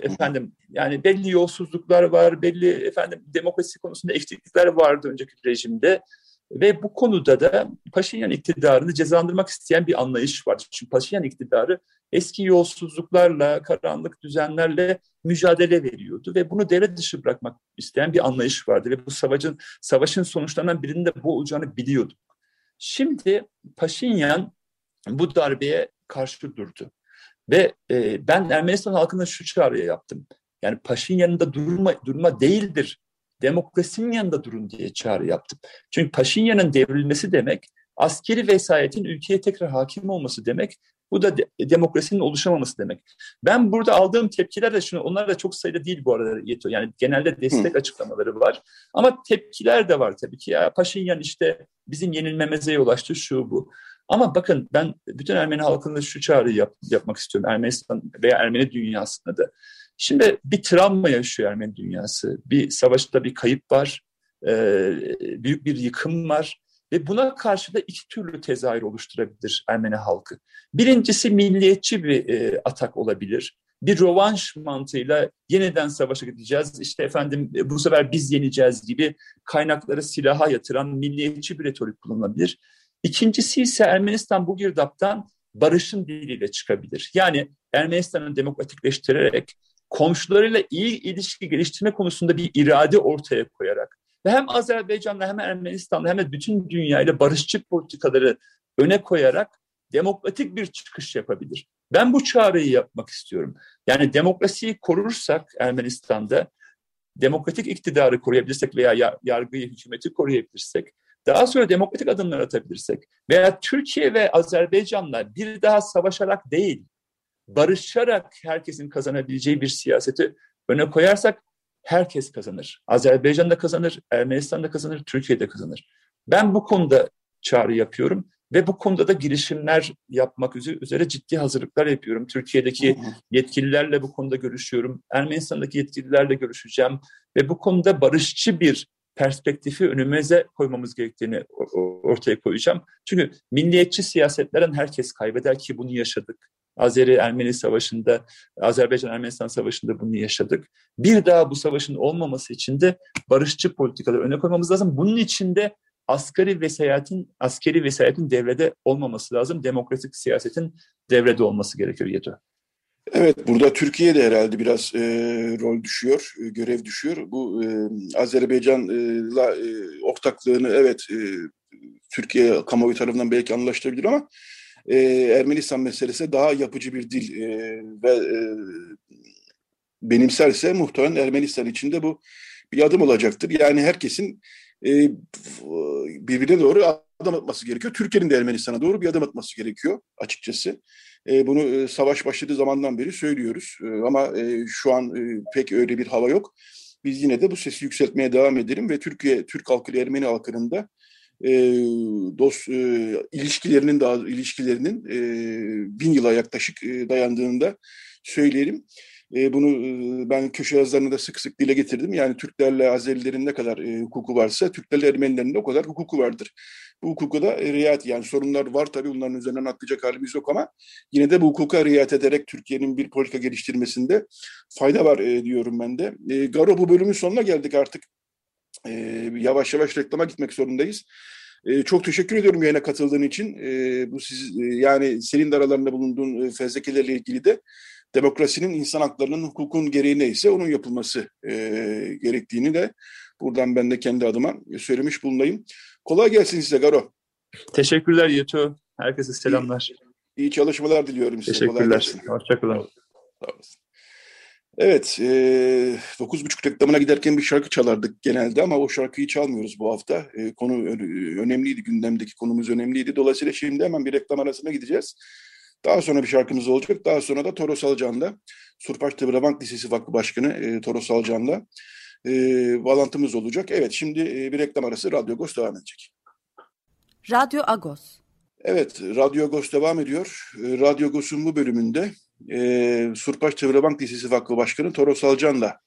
[SPEAKER 3] yani belli yolsuzluklar var, belli demokrasi konusunda eksiklikler vardı önceki rejimde. Ve bu konuda da Paşinyan iktidarını cezalandırmak isteyen bir anlayış var. Çünkü Paşinyan iktidarı eski yolsuzluklarla, karanlık düzenlerle mücadele veriyordu ve bunu devre dışı bırakmak isteyen bir anlayış vardı. Ve bu savaşın sonuçlarından birinin de bu olacağını biliyorduk. Şimdi Paşinyan bu darbeye karşı durdu. Ve ben Ermenistan halkına şu çağrıyı yaptım. Yani Paşinyan'ın da durma değildir. Demokrasinin yanında durun diye çağrı yaptım. Çünkü Paşinyan'ın devrilmesi demek askeri vesayetin ülkeye tekrar hakim olması demek. Bu da demokrasinin oluşamaması demek. Ben burada aldığım tepkiler de onlar da çok sayıda değil bu arada Yeto. Yani genelde destek açıklamaları var. Ama tepkiler de var tabii ki. Ya Paşinyan işte bizim yenilmemize yol açtı, şu bu. Ama bakın ben bütün Ermeni halkına şu çağrıyı yapmak istiyorum. Ermenistan veya Ermeni dünyasına da. Şimdi bir travma yaşıyor Ermeni dünyası. Bir savaşta bir kayıp var. Büyük bir yıkım var. Ve buna karşı da iki türlü tezahür oluşturabilir Ermeni halkı. Birincisi milliyetçi bir atak olabilir. Bir rövanş mantığıyla yeniden savaşa gideceğiz. İşte bu sefer biz yeneceğiz gibi kaynakları silaha yatıran milliyetçi bir retorik kullanılabilir. İkincisi ise Ermenistan bu girdaptan barışın diliyle çıkabilir. Yani Ermenistan'ı demokratikleştirerek komşularıyla iyi ilişki geliştirme konusunda bir irade ortaya koyarak ve hem Azerbaycan'la hem Ermenistan'la hem de bütün dünyayla barışçı politikaları öne koyarak demokratik bir çıkış yapabilir. Ben bu çağrıyı yapmak istiyorum. Yani demokrasiyi korursak Ermenistan'da, demokratik iktidarı koruyabilirsek veya yargıyı, hükümeti koruyabilirsek, daha sonra demokratik adımlar atabilirsek veya Türkiye ve Azerbaycan'la bir daha savaşarak değil, barışarak herkesin kazanabileceği bir siyaseti öne koyarsak herkes kazanır. Azerbaycan da kazanır, Ermenistan da kazanır, Türkiye de kazanır. Ben bu konuda çağrı yapıyorum ve bu konuda da girişimler yapmak üzere ciddi hazırlıklar yapıyorum. Türkiye'deki yetkililerle bu konuda görüşüyorum. Ermenistan'daki yetkililerle görüşeceğim ve bu konuda barışçı bir perspektifi önümüze koymamız gerektiğini ortaya koyacağım. Çünkü milliyetçi siyasetlerden herkes kaybeder ki bunu yaşadık. Azeri-Ermeni Savaşı'nda, Azerbaycan-Ermenistan Savaşı'nda bunu yaşadık. Bir daha bu savaşın olmaması için de barışçı politikaları öne koymamız lazım. Bunun için de askeri vesayetin devrede olmaması lazım. Demokratik siyasetin devrede olması gerekiyor Yeto.
[SPEAKER 2] Evet, burada Türkiye'de herhalde biraz rol düşüyor, görev düşüyor. Bu Azerbaycan'la ortaklığını Türkiye kamuoyu tarafından belki anlaşılabilir ama Ermenistan meselesi daha yapıcı bir dil ve benimserse muhtemelen Ermenistan için de bu bir adım olacaktır. Yani herkesin birbirine doğru adım atması gerekiyor. Türkiye'nin de Ermenistan'a doğru bir adım atması gerekiyor açıkçası. Bunu savaş başladığı zamandan beri söylüyoruz. Ama şu an pek öyle bir hava yok. Biz yine de bu sesi yükseltmeye devam edelim ve Türk halkıyla Ermeni halkının da ilişkilerinin 1000 yıla yaklaşık dayandığını da söyleyelim. Bunu ben köşe yazılarında sık sık dile getirdim. Yani Türklerle Azerilerin ne kadar hukuku varsa Türklerle Ermenilerin de o kadar hukuku vardır. Bu hukuka da riayet, yani sorunlar var tabii, bunların üzerinden atlayacak halimiz yok ama yine de bu hukuka riayet ederek Türkiye'nin bir politika geliştirmesinde fayda var diyorum ben de. Garo, bu bölümün sonuna geldik artık. Yavaş yavaş reklama gitmek zorundayız. Çok teşekkür ediyorum yayına katıldığın için. Yani senin de aralarında bulunduğun fezlekelerle ilgili de demokrasinin, insan haklarının, hukukun gereği neyse onun yapılması gerektiğini de buradan ben de kendi adıma söylemiş bulunayım. Kolay gelsin size Garo.
[SPEAKER 3] Teşekkürler Yeto. Herkese selamlar.
[SPEAKER 2] İyi çalışmalar diliyorum size.
[SPEAKER 3] Teşekkürler. Hoşçakalın.
[SPEAKER 2] Sağ olasın. Evet, 9.30 reklamına giderken bir şarkı çalardık genelde ama o şarkıyı çalmıyoruz bu hafta. Konu önemliydi, gündemdeki konumuz önemliydi. Dolayısıyla şimdi hemen bir reklam arasına gideceğiz. Daha sonra bir şarkımız olacak. Daha sonra da Toros Alcan'la, Surpaş Tıbrabank Lisesi Vakfı Başkanı Toros Alcan'la bağlantımız olacak. Evet, şimdi bir reklam arası, Radyo Agos devam edecek.
[SPEAKER 1] Radyo Agos. Evet,
[SPEAKER 2] Radyo Agos devam ediyor. Radyo Agos'un bu bölümünde Surpaş Tıbrabank Lisesi Vakfı Başkanı Toros Alcan'la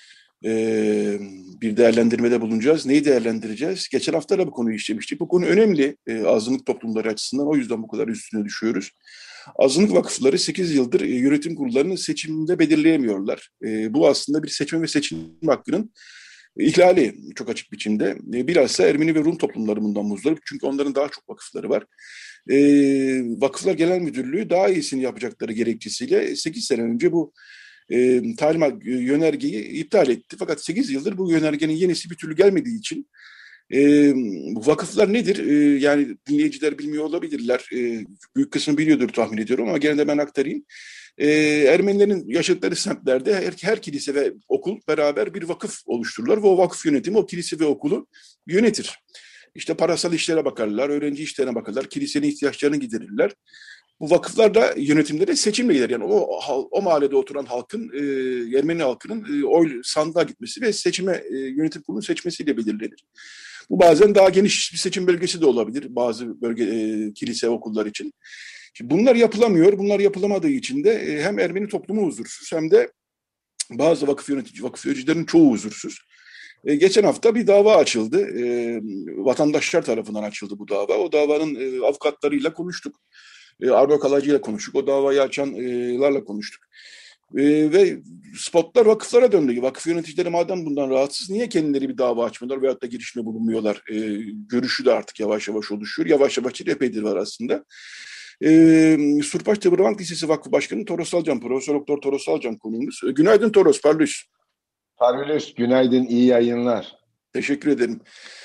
[SPEAKER 2] bir değerlendirmede bulunacağız. Neyi değerlendireceğiz? Geçen hafta da bu konuyu işlemiştik. Bu konu önemli azınlık toplumları açısından. O yüzden bu kadar üstüne düşüyoruz. Azınlık vakıfları 8 yıldır yönetim kurullarının seçiminde belirleyemiyorlar. Bu aslında bir seçme ve seçim hakkının ihlali çok açık biçimde. Bilhassa Ermeni ve Rum toplumları bundan muzdarip. Çünkü onların daha çok vakıfları var. Vakıflar Genel Müdürlüğü daha iyisini yapacakları gerekçesiyle 8 sene önce bu talimat yönergeyi iptal etti. Fakat 8 yıldır bu yönergenin yenisi bir türlü gelmediği için vakıflar nedir? Yani dinleyiciler bilmiyor olabilirler. Büyük kısmı biliyordur tahmin ediyorum ama gene de ben aktarayım. Ermenilerin yaşadıkları semtlerde her kilise ve okul beraber bir vakıf oluştururlar ve o vakıf yönetimi o kilise ve okulu yönetir. İşte parasal işlere bakarlar, öğrenci işlerine bakarlar, kilisenin ihtiyaçlarını giderirler. Bu vakıflar da yönetimleri seçimle gider. Yani o mahallede oturan halkın, Ermeni halkının oy sandığa gitmesi ve seçime, yönetim kurulunun seçmesiyle belirlenir. Bu bazen daha geniş bir seçim bölgesi de olabilir bazı kilise okullar için. Şimdi bunlar yapılamıyor. Bunlar yapılamadığı için de hem Ermeni toplumu huzursuz hem de bazı vakıf yöneticilerin çoğu huzursuz. Geçen hafta bir dava açıldı. Vatandaşlar tarafından açıldı bu dava. O davanın avukatlarıyla konuştuk. Ardo Kalacı'yla konuştuk. O davayı açanlarla konuştuk. Ve spotlar vakıflara döndü. Vakıf yöneticileri madem bundan rahatsız, niye kendileri bir dava açmıyorlar veyahut da girişimde bulunmuyorlar? Görüşü de artık yavaş yavaş oluşuyor. Yavaş yavaş epeydir var aslında. Surpaş Tıbrabank Lisesi Vakfı Başkanı Toros Alcan, Profesör Doktor Toros Alcan konuğumuz. Günaydın Toros, Parlus.
[SPEAKER 4] Parlus, günaydın, iyi yayınlar.
[SPEAKER 2] Teşekkür ederim.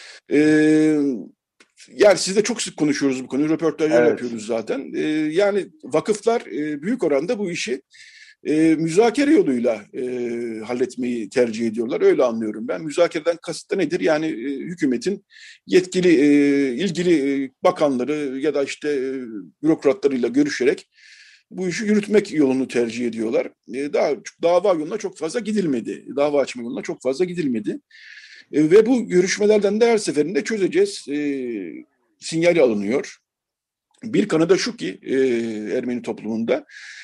[SPEAKER 2] Yani sizle çok sık konuşuyoruz bu konuyu, röportajlar yapıyoruz zaten. Yani vakıflar büyük oranda bu işi müzakere yoluyla halletmeyi tercih ediyorlar. Öyle anlıyorum ben. Müzakereden kasıt da nedir? Yani hükümetin yetkili, ilgili bakanları ya da işte bürokratlarıyla görüşerek bu işi yürütmek yolunu tercih ediyorlar. Dava yoluna çok fazla gidilmedi. Dava açma yoluna çok fazla gidilmedi. Ve bu görüşmelerden de her seferinde çözeceğiz sinyali alınıyor. Bir kanıda şu ki Ermeni toplumunda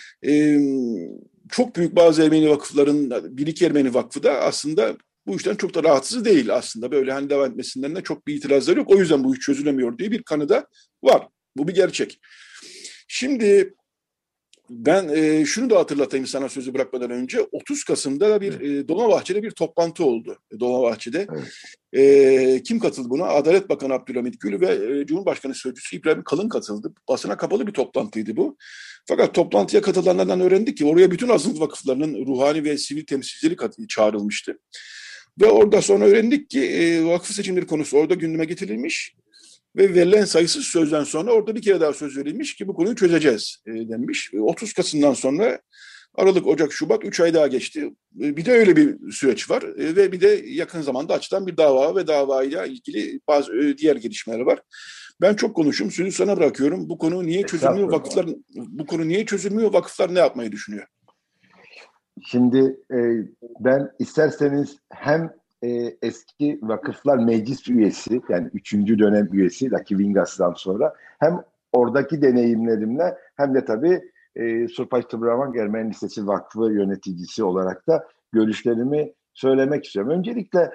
[SPEAKER 2] çok büyük bazı Ermeni vakıfların, bir iki Ermeni vakfı da aslında bu işten çok da rahatsız değil aslında. Böyle hani devam etmesinden de çok bir itirazları yok. O yüzden bu iş çözülemiyor diye bir kanıda var. Bu bir gerçek. Şimdi ben şunu da hatırlatayım sana sözü bırakmadan önce. 30 Kasım'da bir Dolmabahçe'de bir toplantı oldu. Dolmabahçe'de. Kim katıldı buna? Adalet Bakanı Abdülhamit Gül ve Cumhurbaşkanı Sözcüsü İbrahim Kalın katıldı. Basına kapalı bir toplantıydı bu. Fakat toplantıya katılanlardan öğrendik ki oraya bütün azınlık vakıflarının ruhani ve sivil temsilcileri çağrılmıştı. Ve orada sonra öğrendik ki vakıf seçimleri konusu orada gündeme getirilmiş. Ve verilen sayısız sözden sonra orada bir kere daha söz verilmiş ki bu konuyu çözeceğiz denmiş. 30 Kasım'dan sonra Aralık, Ocak, Şubat 3 ay daha geçti. Bir de öyle bir süreç var ve bir de yakın zamanda açılan bir dava ve davayla ilgili bazı diğer gelişmeler var. Ben çok konuşuyorum. Sözü sana bırakıyorum. Bu konu niye çözülmüyor? Vakıflar ne yapmayı düşünüyor?
[SPEAKER 4] Şimdi ben isterseniz hem eski vakıflar meclis üyesi, yani 3. dönem üyesi Lucky Wingas'tan sonra hem oradaki deneyimlerimle hem de tabii Surpaj Tıbravank Ermeni Lisesi Vakfı yöneticisi olarak da görüşlerimi söylemek istiyorum. Öncelikle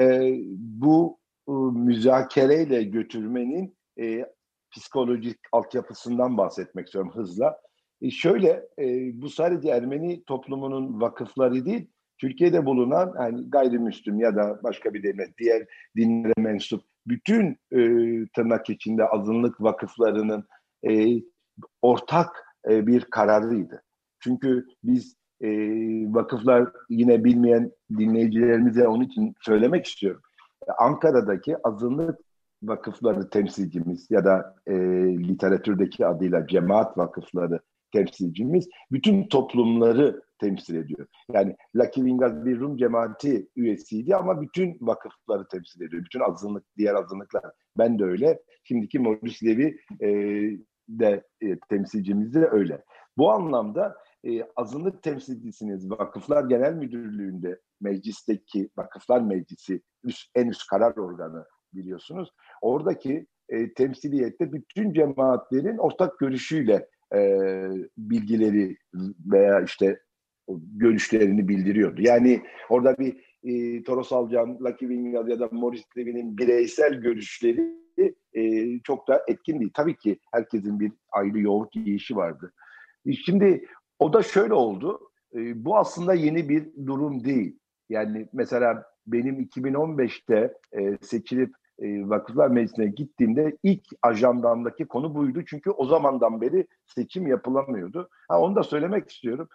[SPEAKER 4] bu müzakereyle götürmenin psikolojik altyapısından bahsetmek istiyorum hızla. Bu sadece Ermeni toplumunun vakıfları değil, Türkiye'de bulunan yani gayrimüslim ya da başka bir devlet, diğer dinlere mensup bütün tırnak içinde azınlık vakıflarının ortak bir kararıydı. Çünkü biz vakıflar, yine bilmeyen dinleyicilerimize onun için söylemek istiyorum. Ankara'daki azınlık vakıfları temsilcimiz ya da literatürdeki adıyla cemaat vakıfları temsilcimiz bütün toplumları temsil ediyor. Yani Lucky Wingers bir Rum cemaati üyesiydi ama bütün vakıfları temsil ediyor. Bütün azınlık, diğer azınlıklar. Ben de öyle. Şimdiki Maurice Levy temsilcimiz de öyle. Bu anlamda azınlık temsilcisiniz Vakıflar Genel Müdürlüğü'nde, meclisteki Vakıflar Meclisi en üst karar organı biliyorsunuz. Oradaki temsiliyette bütün cemaatlerin ortak görüşüyle bilgileri veya işte görüşlerini bildiriyordu. Yani orada bir Toros Alcan, Lucky Wingers ya da Maurice Levy'nin bireysel görüşleri çok da etkin değil. Tabii ki herkesin bir ayrı yoğurt yiyişi vardı. Şimdi o da şöyle oldu. Bu aslında yeni bir durum değil. Yani mesela benim 2015'te seçilip Vakıflar Meclisi'ne gittiğimde ilk ajandamdaki konu buydu. Çünkü o zamandan beri seçim yapılamıyordu. Onu da söylemek istiyorum.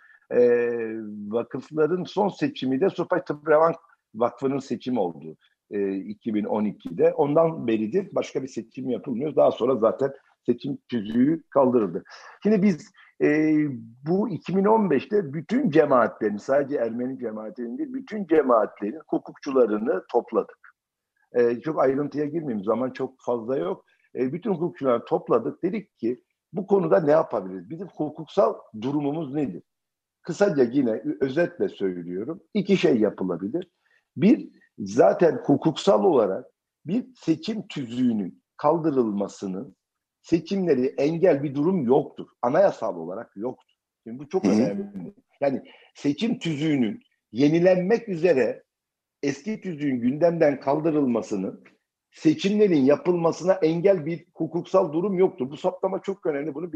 [SPEAKER 4] Vakıfların son seçimi de Surpaj Tıbravank Vakfı'nın seçimi oldu 2012'de. Ondan beridir başka bir seçim yapılmıyor. Daha sonra zaten seçim tüzüğü kaldırıldı. Şimdi biz bu 2015'te bütün cemaatlerin, sadece Ermeni cemaatinin değil, bütün cemaatlerin hukukçularını topladık. Çok ayrıntıya girmeyeyim, zaman çok fazla yok. Bütün hukukçuları topladık, dedik ki bu konuda ne yapabiliriz? Bizim hukuksal durumumuz nedir? Kısaca yine özetle söylüyorum. 2 şey yapılabilir. Bir, zaten hukuksal olarak bir seçim tüzüğünün kaldırılmasının seçimleri engel bir durum yoktur. Anayasal olarak yoktur. Şimdi bu çok önemli. Yani seçim tüzüğünün yenilenmek üzere eski tüzüğün gündemden kaldırılmasının seçimlerin yapılmasına engel bir hukuksal durum yoktur. Bu saptama çok önemli. Bunu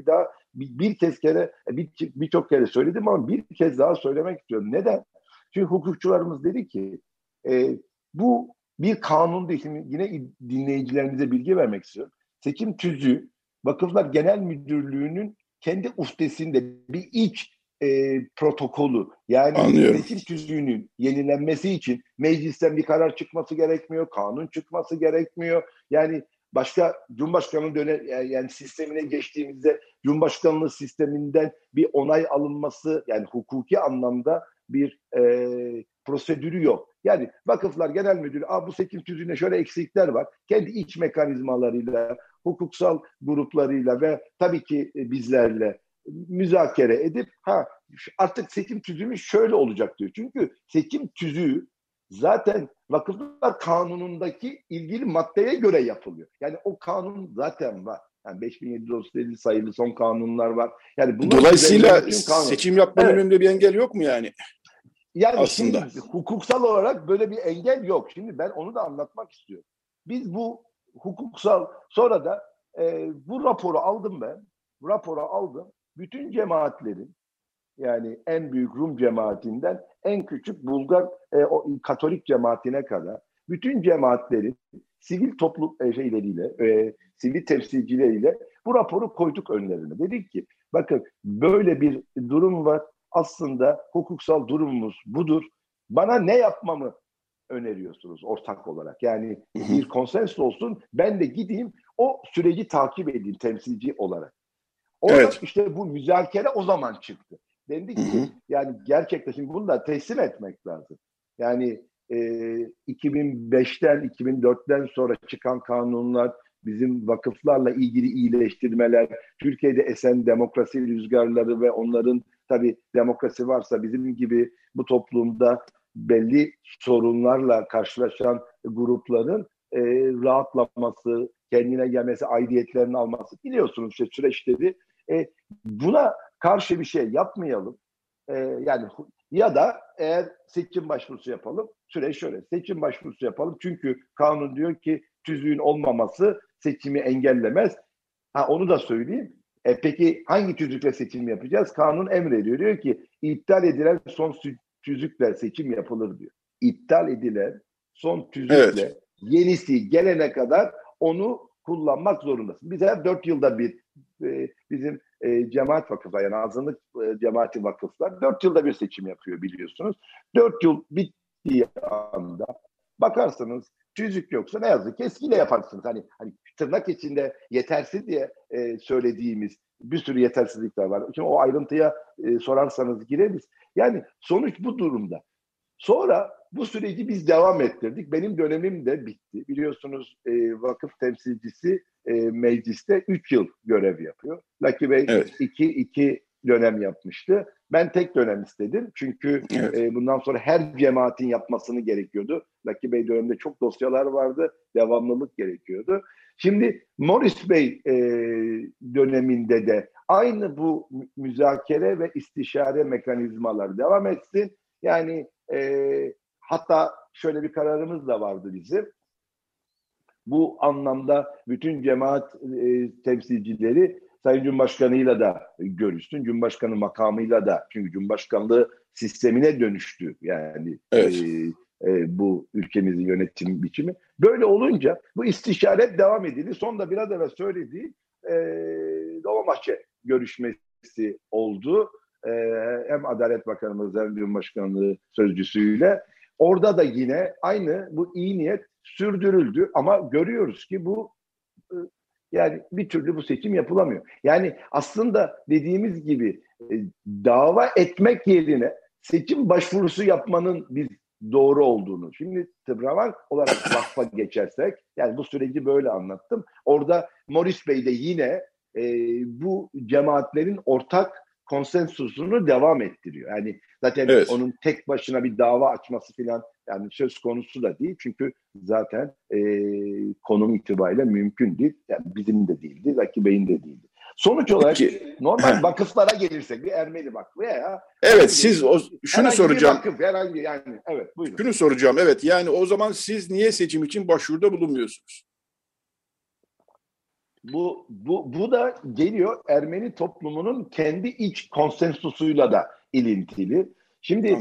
[SPEAKER 4] birçok kere söyledim ama bir kez daha söylemek istiyorum. Neden? Çünkü hukukçularımız dedi ki bu bir kanun değil. Şimdi yine dinleyicilerimize bilgi vermek istiyorum. Seçim tüzüğü Vakıflar Genel Müdürlüğü'nün kendi uhdesinde bir iç protokolü. Yani seçim tüzüğünün yenilenmesi için meclisten bir karar çıkması gerekmiyor, kanun çıkması gerekmiyor. Yani başka Cumhurbaşkanlığı yani sistemine geçtiğimizde Cumhurbaşkanlığı sisteminden bir onay alınması, yani hukuki anlamda bir prosedürü yok. Yani Vakıflar Genel Müdürlüğü bu seçim tüzüğünde şöyle eksikler var. Kendi iç mekanizmalarıyla, hukuksal gruplarıyla ve tabii ki bizlerle müzakere edip artık seçim tüzüğümüz şöyle olacak diyor. Çünkü seçim tüzüğü zaten Vakıflar Kanunu'ndaki ilgili maddeye göre yapılıyor. Yani o kanun zaten var. Yani 5737 sayılı son kanunlar var. Yani
[SPEAKER 2] dolayısıyla seçim yapmanın önünde bir engel yok mu yani?
[SPEAKER 4] Yani aslında şimdi, hukuksal olarak böyle bir engel yok. Şimdi ben onu da anlatmak istiyorum. Biz bu hukuksal sonra da bu raporu aldım ben. Bu raporu aldım. Bütün cemaatlerin, yani en büyük Rum cemaatinden en küçük Bulgar Katolik cemaatine kadar bütün cemaatlerin sivil toplum sivil temsilcileriyle bu raporu koyduk önlerine. Dedik ki bakın böyle bir durum var. Aslında hukuksal durumumuz budur. Bana ne yapmamı öneriyorsunuz ortak olarak? Yani bir konsens olsun, ben de gideyim o süreci takip edeyim temsilci olarak. Orada işte bu müzakere o zaman çıktı. Dedik ki yani gerçekten şimdi bunu da teslim etmek lazım. Yani 2005'ten 2004'ten sonra çıkan kanunlar, bizim vakıflarla ilgili iyileştirmeler, Türkiye'de esen demokrasi rüzgarları ve onların, tabii demokrasi varsa bizim gibi bu toplumda belli sorunlarla karşılaşan grupların rahatlaması, kendine gelmesi, aidiyetlerini alması, biliyorsunuz işte süreçleri buna karşı bir şey yapmayalım. Yani ya da eğer seçim başvurusu yapalım, süreç şöyle, seçim başvurusu yapalım. Çünkü kanun diyor ki tüzüğün olmaması seçimi engellemez. Onu da söyleyeyim. Peki hangi tüzükle seçim yapacağız? Kanun emrediyor. Diyor ki iptal edilen son tüzükle seçim yapılır diyor. İptal edilen son tüzükle yenisi gelene kadar onu kullanmak zorundasın. Biz her 4 yılda bir bizim cemaat vakıflar, yani azınlık cemaati vakıflar 4 yılda bir seçim yapıyor biliyorsunuz. 4 yıl bittiği anda bakarsanız tüzük yoksa ne yazık ki eskiyle yaparsınız. Hani tırnak içinde yetersiz diye söylediğimiz bir sürü yetersizlikler var. Şimdi o ayrıntıya sorarsanız gireriz. Yani sonuç bu durumda. Sonra bu süreci biz devam ettirdik. Benim dönemim de bitti. Biliyorsunuz vakıf temsilcisi mecliste 3 yıl görev yapıyor. Lucky Bey 2 dönem yapmıştı. Ben tek dönem istedim. Çünkü bundan sonra her cemaatin yapmasını gerekiyordu. Lucky Bey döneminde çok dosyalar vardı. Devamlılık gerekiyordu. Şimdi Morris Bey döneminde de aynı bu müzakere ve istişare mekanizmaları devam etsin. Yani hatta şöyle bir kararımız da vardı bizim. Bu anlamda bütün cemaat temsilcileri Sayın Cumhurbaşkanı'yla da görüşsün. Cumhurbaşkanı makamıyla da, çünkü Cumhurbaşkanlığı sistemine dönüştü. Yani bu ülkemizin yönetim biçimi. Böyle olunca bu istişare devam edildi. Sonunda biraz evvel söylediği Dolmabahçe görüşmesi oldu. Hem Adalet Bakanımız hem Cumhurbaşkanlığı sözcüsüyle. Orada da yine aynı bu iyi niyet sürdürüldü ama görüyoruz ki bu yani bir türlü bu seçim yapılamıyor. Yani aslında dediğimiz gibi dava etmek yerine seçim başvurusu yapmanın biz doğru olduğunu. Şimdi Tıbravan olarak vakfa geçersek, yani bu süreci böyle anlattım. Orada Morris Bey de yine bu cemaatlerin ortak konsensusunu devam ettiriyor. Yani zaten onun tek başına bir dava açması falan yani söz konusu da değil. Çünkü zaten konum itibariyle mümkün değil. Yani bizim de değildi, Lucky Bey'in de değildi. Sonuç olarak normal vakıflara gelirsek, bir Ermeni vakfı veya
[SPEAKER 2] siz şunu soracağım.
[SPEAKER 4] Vakıf, buyurun.
[SPEAKER 2] Şunu soracağım. Yani o zaman siz niye seçim için başvuruda bulunmuyorsunuz?
[SPEAKER 4] Bu da geliyor Ermeni toplumunun kendi iç konsensusuyla da ilintili. Şimdi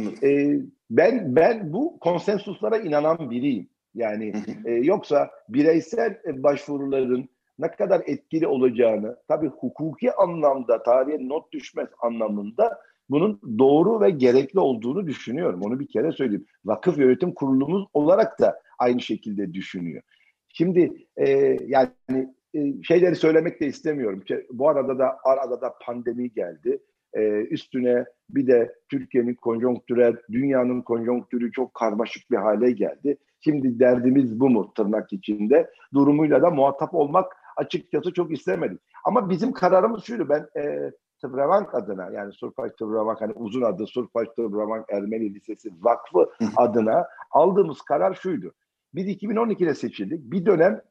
[SPEAKER 4] ben bu konsensuslara inanan biriyim. Yani yoksa bireysel başvuruların ne kadar etkili olacağını, tabii hukuki anlamda, tarihe not düşmez anlamında bunun doğru ve gerekli olduğunu düşünüyorum. Onu bir kere söyleyeyim. Vakıf Yönetim Kurulumuz olarak da aynı şekilde düşünüyor. Şimdi yani şeyleri söylemek de istemiyorum. Bu arada da pandemi geldi. Üstüne bir de Türkiye'nin konjonktürel, dünyanın konjonktürü çok karmaşık bir hale geldi. Şimdi derdimiz bu mu tırnak içinde? Durumuyla da muhatap olmak açıkçası çok istemedim. Ama bizim kararımız şuydu. Ben Tıbravank adına, yani Surpaş Tıbravank, hani uzun adı Surpaş Tıbravank Ermeni Lisesi Vakfı adına aldığımız karar şuydu. Biz 2012'de seçildik. Bir dönem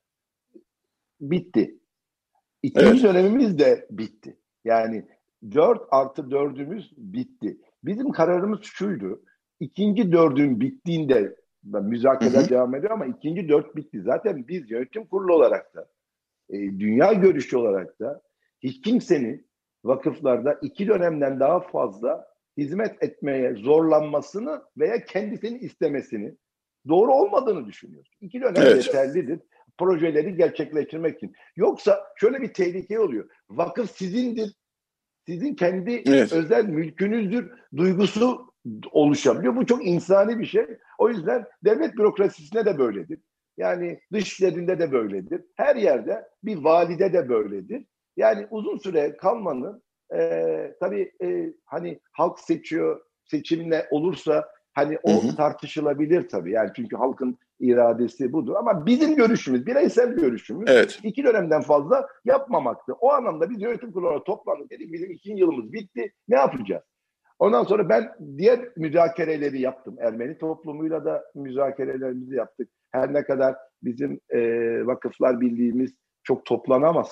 [SPEAKER 4] bitti. İkinci dönemimiz de bitti. Yani 4+4'ümüz bitti. Bizim kararımız şuydu. İkinci 4'ün bittiğinde müzakereler devam ediyor ama ikinci 4 bitti. Zaten biz yönetim kurulu olarak da dünya görüşü olarak da hiç kimsenin vakıflarda 2 dönemden daha fazla hizmet etmeye zorlanmasını veya kendisini istemesini doğru olmadığını düşünüyoruz. 2 dönem yeterlidir projeleri gerçekleştirmek için. Yoksa şöyle bir tehlike oluyor. Vakıf sizindir. Sizin kendi özel mülkünüzdür duygusu oluşabiliyor. Bu çok insani bir şey. O yüzden devlet bürokrasisine de böyledir. Yani dışişlerinde de böyledir. Her yerde bir valide de böyledir. Yani uzun süre kalmanın tabii hani halk seçiyor, seçimle olursa hani o tartışılabilir tabii. Yani çünkü halkın iradesi budur. Ama bizim görüşümüz, bireysel görüşümüz 2 dönemden fazla yapmamaktı. O anlamda biz yönetim kuruluna toplandık. Dedik bizim 2. yılımız bitti. Ne yapacağız? Ondan sonra ben diğer müzakereleri yaptım. Ermeni toplumuyla da müzakerelerimizi yaptık. Her ne kadar bizim vakıflar birliğimiz çok toplanamasa da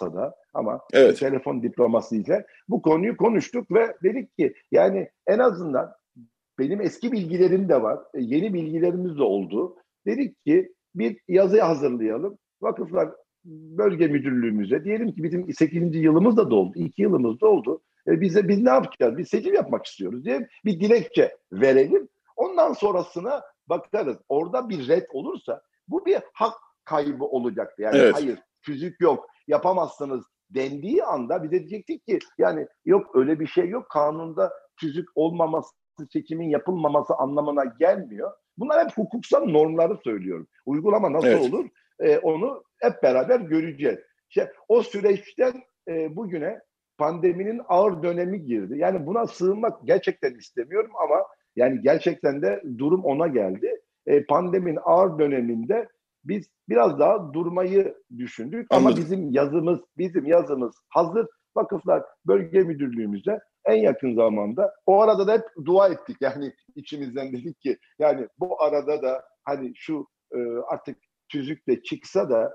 [SPEAKER 4] ama
[SPEAKER 2] Evet.
[SPEAKER 4] telefon diplomasıyla bu konuyu konuştuk ve dedik ki yani en azından benim eski bilgilerim de var, yeni bilgilerimiz de oldu. Dedik ki bir yazı hazırlayalım. Vakıflar Bölge Müdürlüğümüze diyelim ki bizim 8. yılımız da doldu, 2 yılımız da oldu. Biz ne yapacağız? Biz seçim yapmak istiyoruz diye bir dilekçe verelim. Ondan sonrasına bakarız. Orada bir red olursa bu bir hak kaybı olacaktı. Yani
[SPEAKER 2] Evet.
[SPEAKER 4] hayır, tüzük yok, yapamazsınız dendiği anda bize diyecektik ki yani yok öyle bir şey yok. Kanunda tüzük olmaması, seçimin yapılmaması anlamına gelmiyor. Bunlar hep hukuksal normları söylüyorum. Uygulama nasıl olur? Onu hep beraber göreceğiz. İşte o süreçten bugüne pandeminin ağır dönemi girdi. Yani buna sığınmak gerçekten istemiyorum ama yani gerçekten de durum ona geldi. Pandeminin ağır döneminde biz biraz daha durmayı düşündük.
[SPEAKER 2] Anladım.
[SPEAKER 4] Ama bizim yazımız hazır. Vakıflar Bölge Müdürlüğümüze en yakın zamanda. O arada da hep dua ettik. Yani içimizden dedik ki yani bu arada da hani şu artık tüzük de çıksa da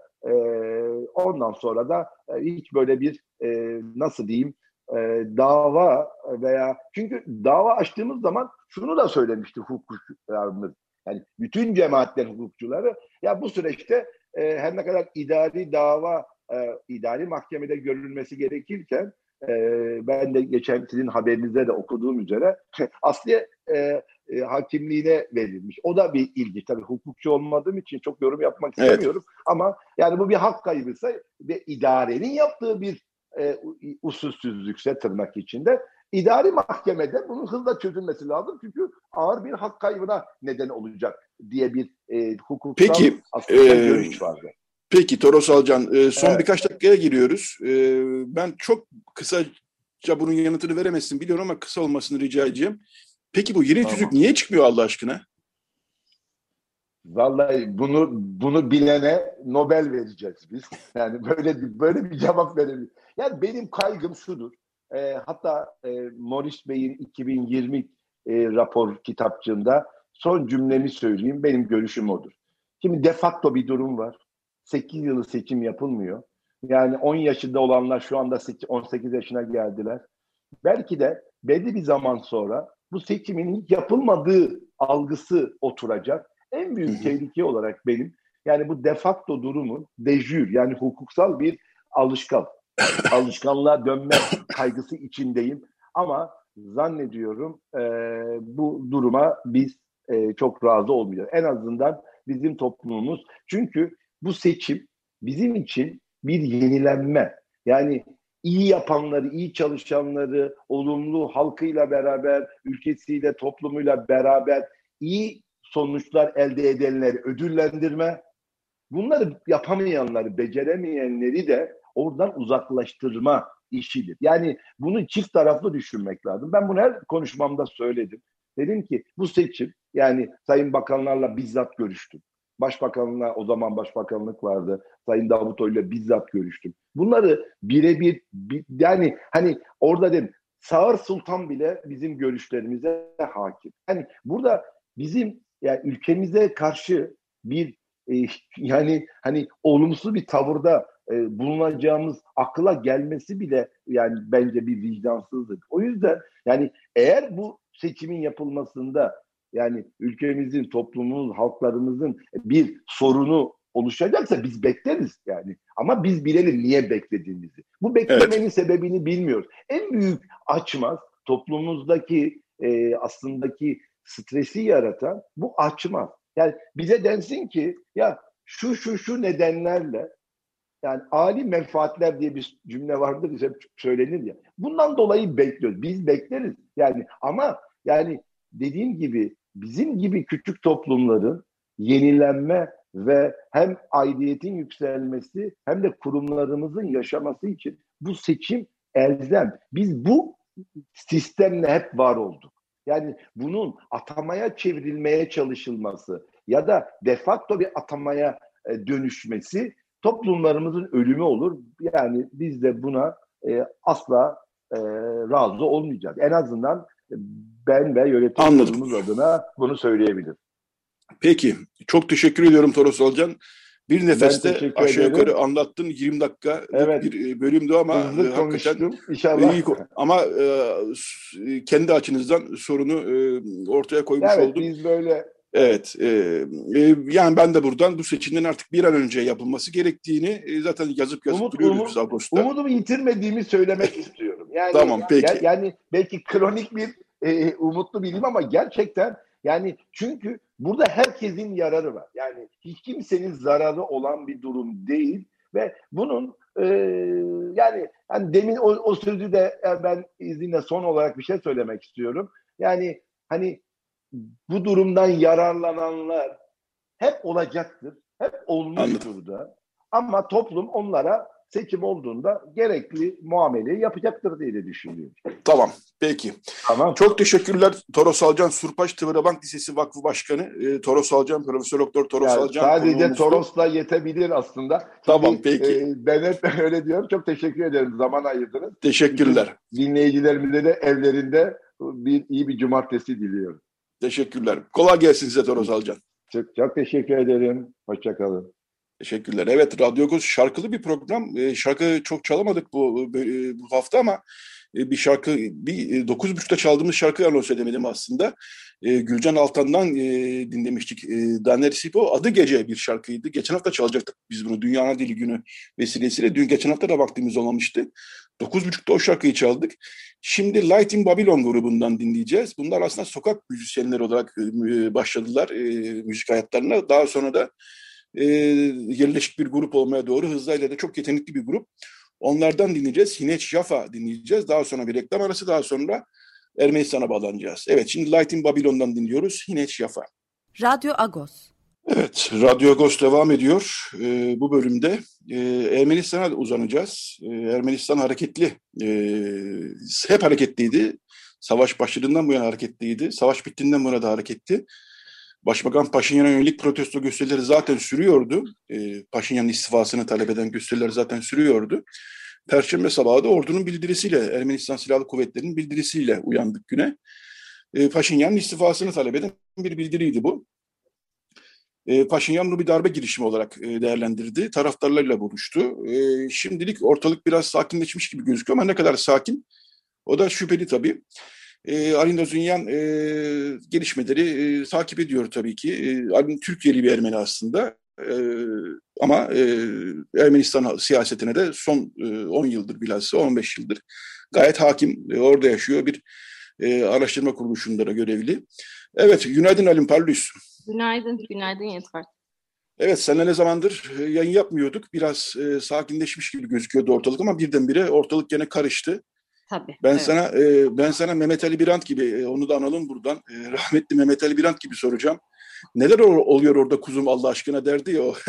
[SPEAKER 4] ondan sonra da hiç böyle bir nasıl diyeyim dava veya çünkü dava açtığımız zaman şunu da söylemişti hukukçularımız. Yani bütün cemaatlerin hukukçuları ya bu süreçte her ne kadar idari dava idari mahkemede görülmesi gerekirken ben de geçen sizin haberinizde de okuduğum üzere Asliye hakimliğine verilmiş. O da bir ilgi. Tabii hukukçu olmadığım için çok yorum yapmak istemiyorum. Evet. Ama yani bu bir hak kaybıysa ve idarenin yaptığı bir usulsüzlükse tırnak içinde idari mahkemede bunun hızla çözülmesi lazım. Çünkü ağır bir hak kaybına neden olacak diye bir hukuksal aslında görüş vardı.
[SPEAKER 2] Peki Toros Alcan, son birkaç dakikaya giriyoruz. Ben çok kısaca bunun yanıtını veremezsin biliyorum ama kısa olmasını rica edeceğim. Peki bu yeni tüzük niye çıkmıyor Allah aşkına?
[SPEAKER 4] Vallahi bunu bilene Nobel vereceğiz biz. Yani böyle bir cevap verelim. Yani benim kaygım şudur. Hatta Morris Bey'in 2020 rapor kitapçığında son cümlemi söyleyeyim. Benim görüşüm odur. Şimdi de facto bir durum var. 8 yılı seçim yapılmıyor. Yani 10 yaşında olanlar şu anda 18 yaşına geldiler. Belki de belli bir zaman sonra bu seçimin hiç yapılmadığı algısı oturacak. En büyük tehlike olarak benim yani bu de facto durumun de jure yani hukuksal bir alışkanlığa dönme kaygısı içindeyim. Ama zannediyorum bu duruma biz çok razı olmayacağız. En azından bizim toplumumuz. Çünkü bu seçim bizim için bir yenilenme. Yani iyi yapanları, iyi çalışanları, olumlu halkıyla beraber, ülkesiyle, toplumuyla beraber iyi sonuçlar elde edenleri ödüllendirme, bunları yapamayanları, beceremeyenleri de oradan uzaklaştırma işidir. Yani bunu çift taraflı düşünmek lazım. Ben bunu her konuşmamda söyledim. Dedim ki bu seçim yani Sayın Bakanlarla bizzat görüştüm. Başbakanla o zaman başbakanlık vardı. Sayın Davutoğlu'yla bizzat görüştüm. Bunları birebir yani hani orada dedim Sağır Sultan bile bizim görüşlerimize hakim. Yani burada bizim yani ülkemize karşı bir yani hani olumsuz bir tavırda bulunacağımız akla gelmesi bile yani bence bir vicdansızlık. O yüzden yani eğer bu seçimin yapılmasında yani ülkemizin, toplumumuzun, halklarımızın bir sorunu oluşacaksa biz bekleriz yani. Ama biz bilelim niye beklediğimizi. Bu beklemenin sebebini bilmiyoruz. En büyük açmaz toplumumuzdaki aslındaki stresi yaratan bu açmaz. Yani bize densin ki ya şu nedenlerle yani âli menfaatler diye bir cümle vardır hep söylenir ya. Bundan dolayı bekliyoruz. Biz bekleriz. Yani ama yani dediğim gibi bizim gibi küçük toplumların yenilenme ve hem aidiyetin yükselmesi hem de kurumlarımızın yaşaması için bu seçim elzem. Biz bu sistemle hep var olduk. Yani bunun atamaya çevrilmeye çalışılması ya da de facto bir atamaya dönüşmesi toplumlarımızın ölümü olur. Yani biz de buna asla razı olmayacağız. En azından ben ve yönetim kurulumuz adına bunu söyleyebilirim.
[SPEAKER 2] Peki. Çok teşekkür ediyorum Toros Alcan. Bir nefeste aşağı
[SPEAKER 4] ederim.
[SPEAKER 2] yukarı anlattın, 20 dakika
[SPEAKER 4] evet.
[SPEAKER 2] bir bölümdü ama
[SPEAKER 4] hakikaten inşallah.
[SPEAKER 2] Ama kendi açınızdan sorunu ortaya koymuş oldum.
[SPEAKER 4] Biz böyle.
[SPEAKER 2] Evet, yani ben de buradan bu seçimlerin artık bir an önce yapılması gerektiğini zaten yazıp duruyoruz biz Ağustos'ta.
[SPEAKER 4] Umudumu yitirmediğimi söylemek istiyorum. Yani,
[SPEAKER 2] tamam, peki.
[SPEAKER 4] Yani belki kronik bir umutlu biriyim ama gerçekten yani çünkü burada herkesin yararı var. Yani hiç kimsenin zararı olan bir durum değil ve bunun yani demin o sözü de ben izninle son olarak bir şey söylemek istiyorum. Yani hani bu durumdan yararlananlar hep olacaktır. Hep olmuştur da. Ama toplum onlara seçim olduğunda gerekli muameleyi yapacaktır diye de düşünüyorum.
[SPEAKER 2] Tamam, peki.
[SPEAKER 4] Tamam.
[SPEAKER 2] Çok teşekkürler Toros Alcan, Surpaş Tıvırabank Lisesi Vakfı Başkanı. Toros Alcan, Profesör Doktor Toros Alcan.
[SPEAKER 4] Sadece Toros'la yetebilir aslında.
[SPEAKER 2] Tamam, peki.
[SPEAKER 4] Ben hep öyle diyorum. Çok teşekkür ederim. Zaman ayırdınız.
[SPEAKER 2] Teşekkürler.
[SPEAKER 4] Bütün dinleyicilerimize de evlerinde iyi bir cumartesi diliyorum.
[SPEAKER 2] Teşekkürler. Kolay gelsin size Toros Alcan.
[SPEAKER 4] Çok teşekkür ederim. Hoşçakalın.
[SPEAKER 2] Teşekkürler. Evet, Radyo Agos şarkılı bir program. Şarkı çok çalamadık bu hafta ama bir şarkı, 9.30'da çaldığımız şarkıyı anons edemedim aslında. Gülcan Altan'dan dinlemiştik. Daner Sipo, Adı Gece bir şarkıydı. Geçen hafta çalacaktık biz bunu Dünya Ana Dili Günü vesilesiyle. Geçen hafta da vaktimiz olmamıştı. 9.30'da o şarkıyı çaldık. Şimdi Light in Babylon grubundan dinleyeceğiz. Bunlar aslında sokak müzisyenleri olarak başladılar müzik hayatlarına. Daha sonra da yerleşik bir grup olmaya doğru hızla da çok yetenekli bir grup. Onlardan dinleyeceğiz. Hineç Jaffa dinleyeceğiz. Daha sonra bir reklam arası, daha sonra Ermenistan'a bağlanacağız. Evet, şimdi Light in Babylon'dan dinliyoruz. Hineç Jaffa.
[SPEAKER 1] Radyo Agos. Evet,
[SPEAKER 2] Radyo Agos devam ediyor. Bu bölümde Ermenistan'a uzanacağız. Ermenistan hareketli. Hep hareketliydi. Savaş başladığından bu yana hareketliydi. Savaş bittiğinden bu yana da hareketli. Başbakan Paşinyan'a yönelik protesto gösterileri zaten sürüyordu. Paşinyan'ın istifasını talep eden gösteriler zaten sürüyordu. Perşembe sabahı da ordunun bildirisiyle, Ermenistan Silahlı Kuvvetleri'nin bildirisiyle uyandık güne. Paşinyan'ın istifasını talep eden bir bildiriydi bu. Paşinyan bunu bir darbe girişimi olarak değerlendirdi. Taraftarlarıyla buluştu. Şimdilik ortalık biraz sakinleşmiş gibi gözüküyor ama ne kadar sakin? O da şüpheli tabii. Alin Dozunyan gelişmeleri takip ediyor tabii ki. Alin Türkiye'li bir Ermeni aslında. Ama Ermenistan siyasetine de son 10 yıldır bilhassa 15 yıldır gayet hakim. Orada yaşıyor, bir araştırma kuruluşunda da görevli. Evet, günaydın Alin Parlus.
[SPEAKER 5] Günaydın Yetvart.
[SPEAKER 2] Evet, seninle ne zamandır yayın yapmıyorduk. Biraz sakinleşmiş gibi gözüküyordu ortalık ama birdenbire ortalık gene karıştı.
[SPEAKER 5] Tabii.
[SPEAKER 2] Ben sana Mehmet Ali Birant gibi, onu da analım buradan. Rahmetli Mehmet Ali Birant gibi soracağım. Neler oluyor orada kuzum Allah aşkına derdi ya o.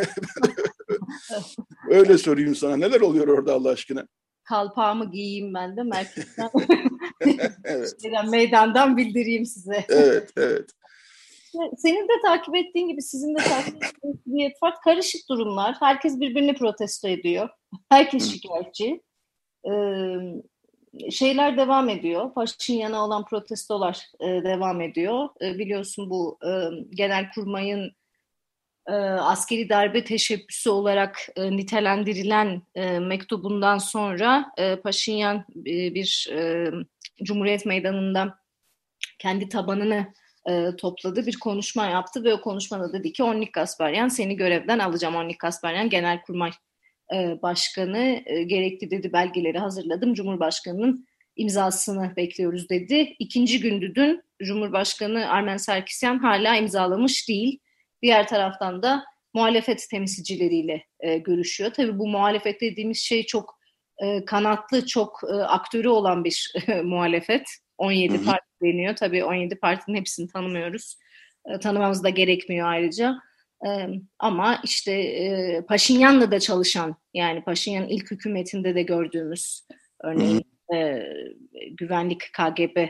[SPEAKER 2] Öyle sorayım sana. Neler oluyor orada Allah aşkına?
[SPEAKER 5] Kalpağımı giyeyim ben de merkezden.
[SPEAKER 2] Evet.
[SPEAKER 5] Meydandan bildireyim size.
[SPEAKER 2] Evet.
[SPEAKER 5] Senin de takip ettiğin gibi, sizin de takip ettiğiniz gibi Yetvart, karışık durumlar. Herkes birbirini protesto ediyor. Herkes şikayetçi. Şeyler devam ediyor. Paşinyan'a olan protestolar devam ediyor. Biliyorsun bu Genelkurmay'ın askeri darbe teşebbüsü olarak nitelendirilen mektubundan sonra Paşinyan bir Cumhuriyet Meydanı'nda kendi tabanını topladı, bir konuşma yaptı ve o konuşmada dedi ki Onnik Gasparyan seni görevden alacağım. Onnik Gasparyan Genelkurmay Başkanı, gerekli dedi belgeleri hazırladım. Cumhurbaşkanının imzasını bekliyoruz dedi. İkinci gündü dün. Cumhurbaşkanı Armen Sarkisyan hala imzalamış değil. Diğer taraftan da muhalefet temsilcileriyle görüşüyor. Tabii bu muhalefet dediğimiz şey çok kanatlı, çok aktörü olan bir muhalefet. 17 parti deniyor. Tabii 17 partinin hepsini tanımıyoruz. Tanımamız da gerekmiyor ayrıca. Ama işte Paşinyan'la da çalışan, yani Paşinyan'ın ilk hükümetinde de gördüğümüz örneğin güvenlik KGB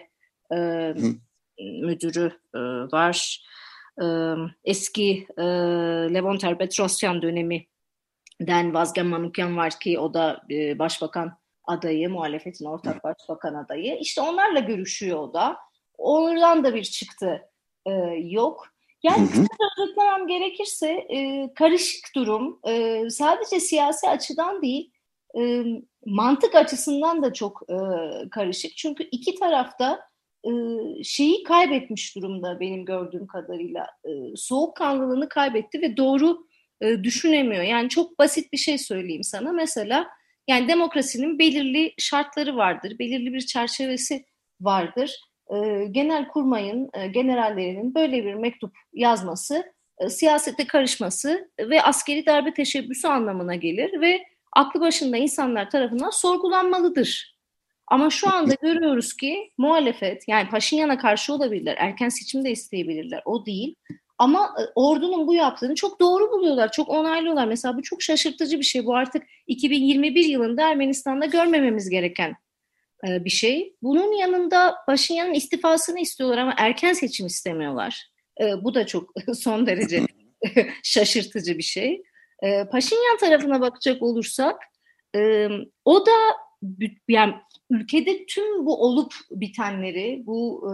[SPEAKER 5] müdürü var. Eski Levonter Petrosyan döneminden Vazgen Manukyan var ki o da başbakan adayı, muhalefetin ortak başbakan adayı. İşte onlarla görüşüyor o da. Oradan da bir çıktı yok. Yani kısaca özetlemem gerekirse karışık durum. Sadece siyasi açıdan değil, mantık açısından da çok karışık. Çünkü iki tarafta şeyi kaybetmiş durumda benim gördüğüm kadarıyla. Soğukkanlılığını kaybetti ve doğru düşünemiyor. Yani çok basit bir şey söyleyeyim sana. Mesela yani demokrasinin belirli şartları vardır, belirli bir çerçevesi vardır. Genelkurmay'ın generallerinin böyle bir mektup yazması, siyasete karışması ve askeri darbe teşebbüsü anlamına gelir ve aklı başında insanlar tarafından sorgulanmalıdır. Ama şu anda görüyoruz ki muhalefet, yani Paşinyan'a karşı olabilirler, erken seçim de isteyebilirler, o değil. Ama ordunun bu yaptığını çok doğru buluyorlar, çok onaylıyorlar. Mesela bu çok şaşırtıcı bir şey. Bu artık 2021 yılında Ermenistan'da görmememiz gereken bir şey. Bunun yanında Paşinyan'ın istifasını istiyorlar ama erken seçim istemiyorlar. Bu da çok son derece şaşırtıcı bir şey. Paşinyan tarafına bakacak olursak o da yani ülkede tüm bu olup bitenleri, bu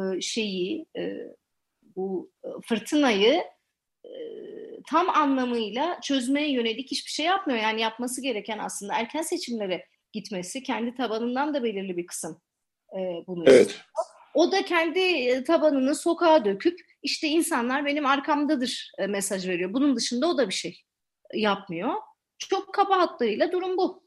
[SPEAKER 5] bu fırtınayı tam anlamıyla çözmeye yönelik hiçbir şey yapmıyor. Yani yapması gereken aslında erken seçimlere gitmesi, kendi tabanından da belirli bir kısım bunu istiyor. O da kendi tabanını sokağa döküp işte insanlar benim arkamdadır mesaj veriyor. Bunun dışında o da bir şey yapmıyor. Çok kaba hatlarıyla durum bu.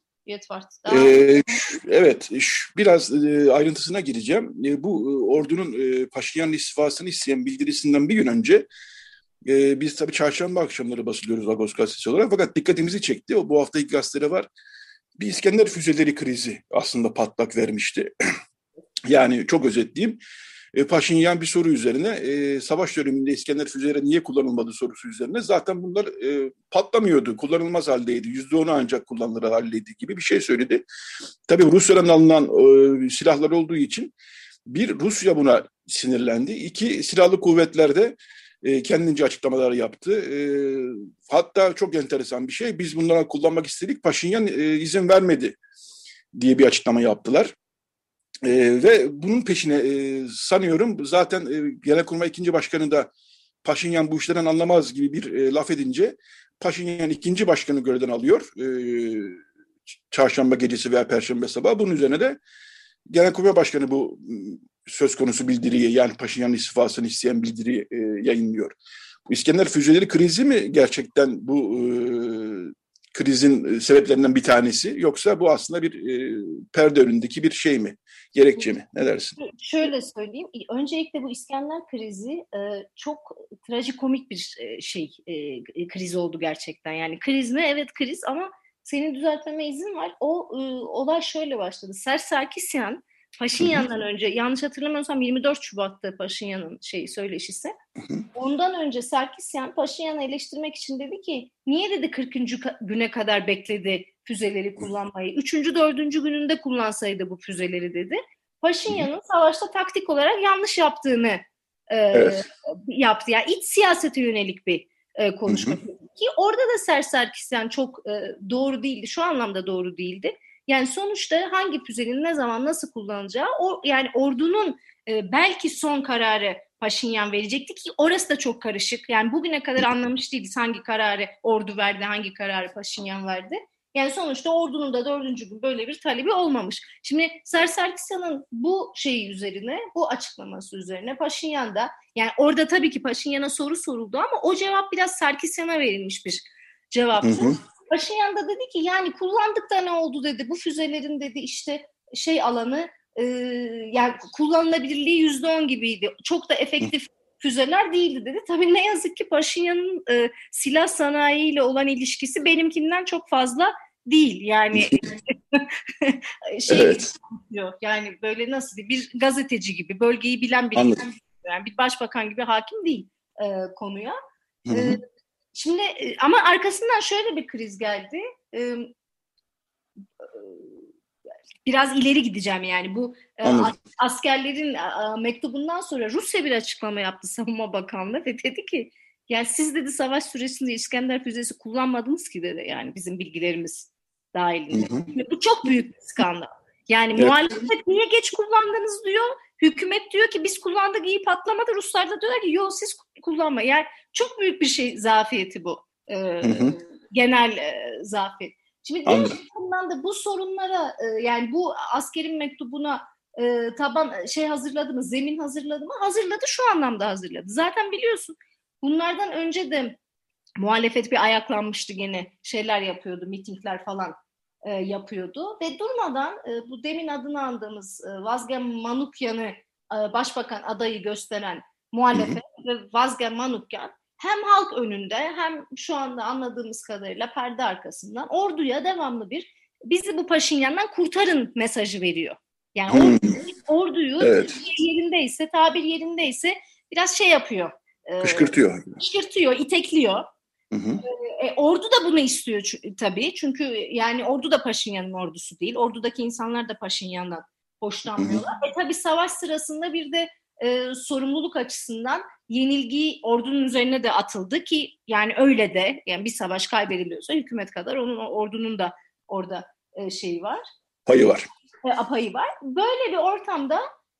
[SPEAKER 2] Evet, biraz ayrıntısına gireceğim. Bu ordunun Paşinyan'ın istifasını isteyen bildirisinden bir gün önce biz tabii çarşamba akşamları basılıyoruz Agos gazetesi olarak, fakat dikkatimizi çekti. Bu hafta ilk gazetede var. Bir İskender füzeleri krizi aslında patlak vermişti. Yani çok özetleyeyim. Paşinyan bir soru üzerine savaş döneminde İskender füzeleri niye kullanılmadı sorusu üzerine zaten bunlar patlamıyordu, kullanılmaz haldeydi. %10'u ancak kullanılır haldeydi gibi bir şey söyledi. Tabii Rusya'dan alınan silahlar olduğu için bir, Rusya buna sinirlendi. İki, silahlı kuvvetlerde kendince açıklamalar yaptı. Hatta çok enteresan bir şey, biz bunları kullanmak istedik, Paşinyan izin vermedi diye bir açıklama yaptılar. Ve bunun peşine sanıyorum zaten Genelkurmay 2. Başkanı da Paşinyan bu işlerden anlamaz gibi bir laf edince Paşinyan 2. Başkanı görevden alıyor çarşamba gecesi veya perşembe sabahı. Bunun üzerine de Genelkurmay Başkanı bu söz konusu bildiriyi, yani Paşinyan'ın istifasını isteyen bildiriyi yayınlıyor. Bu İskender füzeleri krizi mi gerçekten bu krizin sebeplerinden bir tanesi, yoksa bu aslında bir perde önündeki bir şey mi, gerekçe mi? Ne dersin?
[SPEAKER 5] Şöyle söyleyeyim. Öncelikle bu İskender krizi çok trajikomik bir kriz oldu gerçekten. Yani kriz mi? Evet kriz, ama senin düzeltmeme izin var. O olay şöyle başladı. Sarkisyan Paşinyan'dan önce, yanlış hatırlamıyorsam 24 Şubat'ta Paşinyan'ın söyleşisi. Ondan önce Sarkisyan Paşinyan'ı eleştirmek için dedi ki niye dedi 40. güne kadar bekledi füzeleri kullanmayı. 3. 4. gününde kullansaydı bu füzeleri dedi. Paşinyan'ın savaşta taktik olarak yanlış yaptığını yaptı. Yani iç siyasete yönelik bir konuşma. Ki orada da Sarkisyan çok doğru değildi. Şu anlamda doğru değildi. Yani sonuçta hangi füzenin ne zaman nasıl kullanacağı, yani ordunun belki son kararı Paşinyan verecekti ki orası da çok karışık. Yani bugüne kadar anlamış değiliz hangi kararı ordu verdi, hangi kararı Paşinyan verdi. Yani sonuçta ordunun da 4. gün böyle bir talebi olmamış. Şimdi Sarkisyan'ın bu şeyi üzerine, bu açıklaması üzerine Paşinyan da, yani orada tabii ki Paşinyan'a soru soruldu ama o cevap biraz Sarkisyan'a verilmiş bir cevaptı. Paşinyan da dedi ki yani kullandık da ne oldu dedi. Bu füzelerin dedi işte alanı yani kullanılabilirliği %10 gibiydi. Çok da efektif füzeler değildi dedi. Tabii ne yazık ki Paşinyan'ın silah sanayiyle olan ilişkisi benimkinden çok fazla değil. Yani
[SPEAKER 2] evet.
[SPEAKER 5] Yani böyle nasıl bir gazeteci gibi, bölgeyi bilen biri, yani bir başbakan gibi hakim değil konuya. Şimdi ama arkasından şöyle bir kriz geldi. Biraz ileri gideceğim yani. Bu askerlerin mektubundan sonra Rusya bir açıklama yaptı Savunma Bakanlığı ve dedi ki yani siz dedi savaş süresinde İskender füzesi kullanmadınız ki dedi, yani bizim bilgilerimiz dahilinde. Bu çok büyük bir skandal. Yani muhalefet niye geç kullandınız diyor. Hükümet diyor ki biz kullandık, iyi patlamadı. Ruslar da diyorlar ki yok siz kullanma. Yani çok büyük bir şey, zafiyeti bu. Genel zafiyet. Şimdi diğer yandan da bu sorunlara yani bu askerin mektubuna taban hazırladı mı, zemin hazırladı mı? Hazırladı, şu anlamda hazırladı. Zaten biliyorsun bunlardan önce de muhalefet bir ayaklanmıştı, gene şeyler yapıyordu, mitingler falan yapıyordu ve durmadan bu demin adını andığımız Vazgen Manukyan'ı başbakan adayı gösteren muhalefet ve Vazgen Manukyan hem halk önünde hem şu anda anladığımız kadarıyla perde arkasından orduya devamlı bir bizi bu Paşinyan'dan kurtarın mesajı veriyor. Yani orduyu yerindeyse, tabir yerindeyse biraz yapıyor. Kışkırtıyor, itekliyor. Ordu da bunu istiyor tabii. Çünkü yani ordu da Paşinyan'ın ordusu değil. Ordudaki insanlar da Paşinyan'dan hoşlanmıyorlar. Tabii savaş sırasında bir de sorumluluk açısından yenilgi ordunun üzerine de atıldı ki yani öyle de, yani bir savaş kaybediliyorsa hükümet kadar onun ordunun da orada var.
[SPEAKER 2] Payı var.
[SPEAKER 5] Payı var. Böyle bir ortamda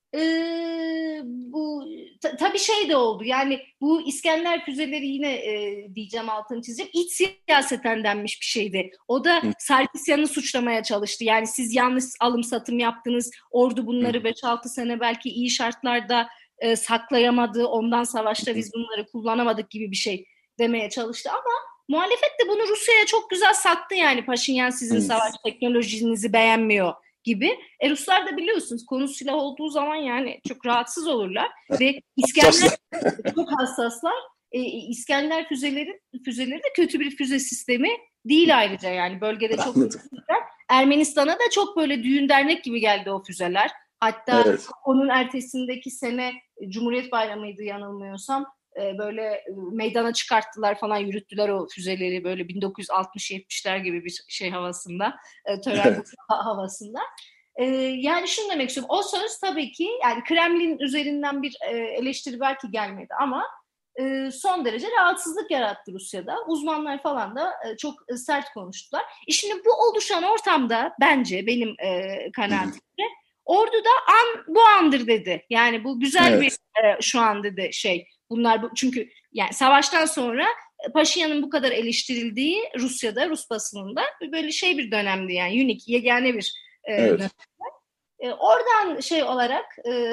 [SPEAKER 5] bu tabii de oldu. Yani bu İskender füzeleri yine diyeceğim, altını çizeceğim. İç siyaseten denmiş bir şeydi. O da Sarkisyan'ı suçlamaya çalıştı. Yani siz yanlış alım satım yaptınız. Ordu bunları 5-6 sene belki iyi şartlarda saklayamadı. Ondan savaşta biz bunları kullanamadık gibi bir şey demeye çalıştı ama muhalefet de bunu Rusya'ya çok güzel sattı. Yani Paşinyan sizin savaş teknolojinizi beğenmiyor gibi. Ruslar da biliyorsunuz konu silah olduğu zaman yani çok rahatsız olurlar ve İskender çok hassaslar. İskender füzeleri de kötü bir füze sistemi değil ayrıca, yani bölgede çok füzeler. Ermenistan'a da çok böyle düğün dernek gibi geldi o füzeler. Hatta onun ertesindeki sene Cumhuriyet Bayramı'ydı yanılmıyorsam, böyle meydana çıkarttılar falan, yürüttüler o füzeleri böyle 1960-70'ler gibi bir şey havasında, tören havasında. Yani şunu demek istiyorum, o söz tabii ki yani Kremlin üzerinden bir eleştiri belki gelmedi ama son derece rahatsızlık yarattı Rusya'da. Uzmanlar falan da çok sert konuştular. Şimdi bu oluşan ortamda bence benim kanaatimde ordu da bu andır dedi. Yani bu güzel bir şu an dedi bunlar çünkü yani savaştan sonra Paşinyan'ın bu kadar eleştirildiği Rusya'da, Rus basınında böyle bir dönemdi yani unik, yegane bir dönemdi. Oradan olarak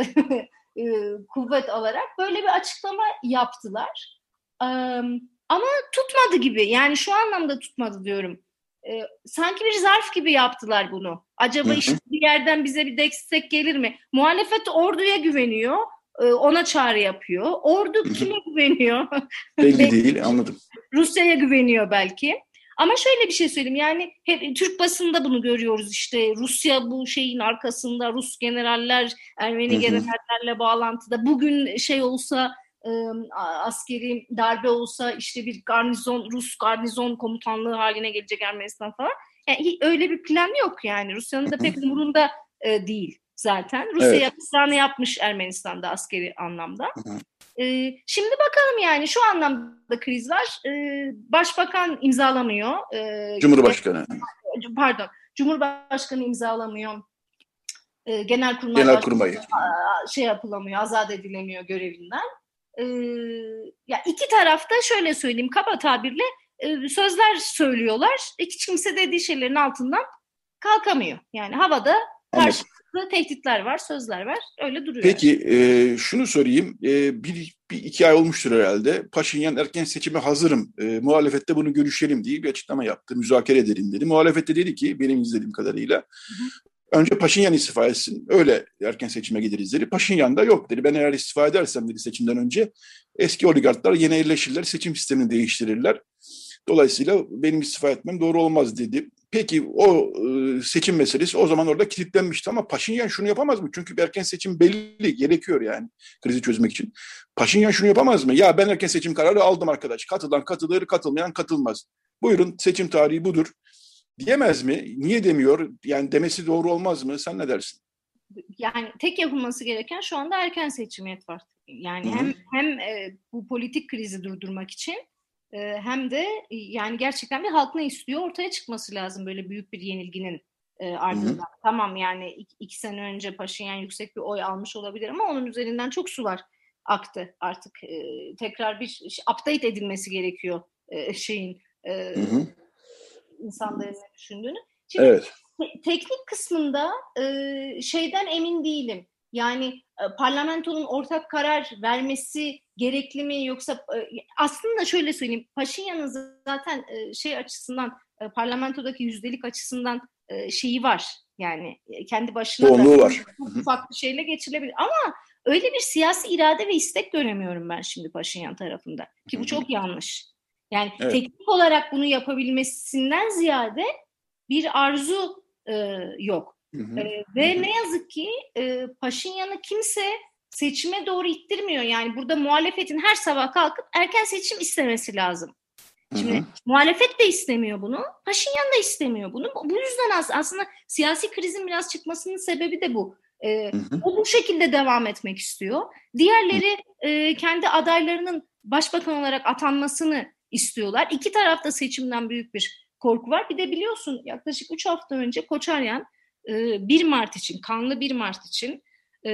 [SPEAKER 5] kuvvet olarak böyle bir açıklama yaptılar. Ama tutmadı gibi. Yani şu anlamda tutmadı diyorum. Sanki bir zarf gibi yaptılar bunu. Acaba işte bir yerden bize bir destek gelir mi? Muhalefet orduya güveniyor. Ona çağrı yapıyor. Ordu kime güveniyor?
[SPEAKER 2] Belli değil, anladım.
[SPEAKER 5] Rusya'ya güveniyor belki. Ama şöyle bir şey söyleyeyim, yani hep Türk basında bunu görüyoruz, işte Rusya bu şeyin arkasında, Rus generaller Ermeni generallerle bağlantıda. Bugün olsa, askeri darbe olsa, işte bir Rus garnizon komutanlığı haline gelecek Ermenistan falan. Yani öyle bir plan yok yani. Rusya'nın da pek umurunda değil zaten. Rusya yapacağını yapmış Ermenistan'da askeri anlamda. Şimdi bakalım, yani şu anlamda kriz var. Başbakan imzalamıyor. Cumhurbaşkanı imzalamıyor. Genelkurmay yapılamıyor, azat edilemiyor görevinden. Ya iki tarafta şöyle söyleyeyim, kaba tabirle sözler söylüyorlar. Hiç kimse dediği şeylerin altından kalkamıyor. Yani havada karşılıklı tehditler var, sözler var. Öyle duruyor.
[SPEAKER 2] Peki şunu sorayım. Bir iki ay olmuştur herhalde. Paşinyan erken seçime hazırım. Muhalefette bunu görüşelim diye bir açıklama yaptı. Müzakere edelim dedi. Muhalefette dedi ki, benim izlediğim kadarıyla, önce Paşinyan istifa etsin, öyle erken seçime gideriz dedi. Paşinyan da yok dedi. Ben eğer istifa edersem dedi seçimden önce, eski oligarklar yine yerleşirler, seçim sistemini değiştirirler. Dolayısıyla benim istifa etmem doğru olmaz dedi. Peki o seçim meselesi o zaman orada kilitlenmişti ama Paşinyan şunu yapamaz mı? Çünkü erken seçim belli, gerekiyor yani krizi çözmek için. Paşinyan şunu yapamaz mı? Ya ben erken seçim kararı aldım arkadaş. Katılan katılır, katılmayan katılmaz. Buyurun, seçim tarihi budur diyemez mi? Niye demiyor? Yani demesi doğru olmaz mı? Sen ne dersin?
[SPEAKER 5] Yani tek yapılması gereken şu anda erken seçimiyet var. Yani hem bu politik krizi durdurmak için hem de yani gerçekten bir halk ne istiyor ortaya çıkması lazım böyle büyük bir yenilginin ardından. Tamam yani 2 sene önce Paşinyan yüksek bir oy almış olabilir ama onun üzerinden çok sular aktı. Artık tekrar bir update edilmesi gerekiyor şeyin insanların ne düşündüğünü. Şimdi
[SPEAKER 2] Evet.
[SPEAKER 5] Teknik kısmında şeyden emin değilim. Yani parlamentonun ortak karar vermesi gerekli mi yoksa aslında şöyle söyleyeyim, Paşinyan'ın zaten şey açısından parlamentodaki yüzdelik açısından şeyi var. Yani kendi başına
[SPEAKER 2] çoğunluğu
[SPEAKER 5] da
[SPEAKER 2] var.
[SPEAKER 5] ufak bir şeyle geçilebilir ama öyle bir siyasi irade ve istek göremiyorum ben şimdi Paşinyan tarafında. Ki bu çok yanlış. Yani teknik olarak bunu yapabilmesinden ziyade bir arzu yok. Ve ne yazık ki Paşinyan'ı kimse seçime doğru ittirmiyor. Yani burada muhalefetin her sabah kalkıp erken seçim istemesi lazım. Şimdi muhalefet de istemiyor bunu, Paşinyan da istemiyor bunu. Bu yüzden aslında siyasi krizin biraz çıkmasının sebebi de bu. O bu şekilde devam etmek istiyor. Diğerleri kendi adaylarının başbakan olarak atanmasını istiyorlar. İki tarafta seçimden büyük bir korku var. Bir de biliyorsun yaklaşık 3 hafta önce Koçaryan 1 Mart için, kanlı 1 Mart için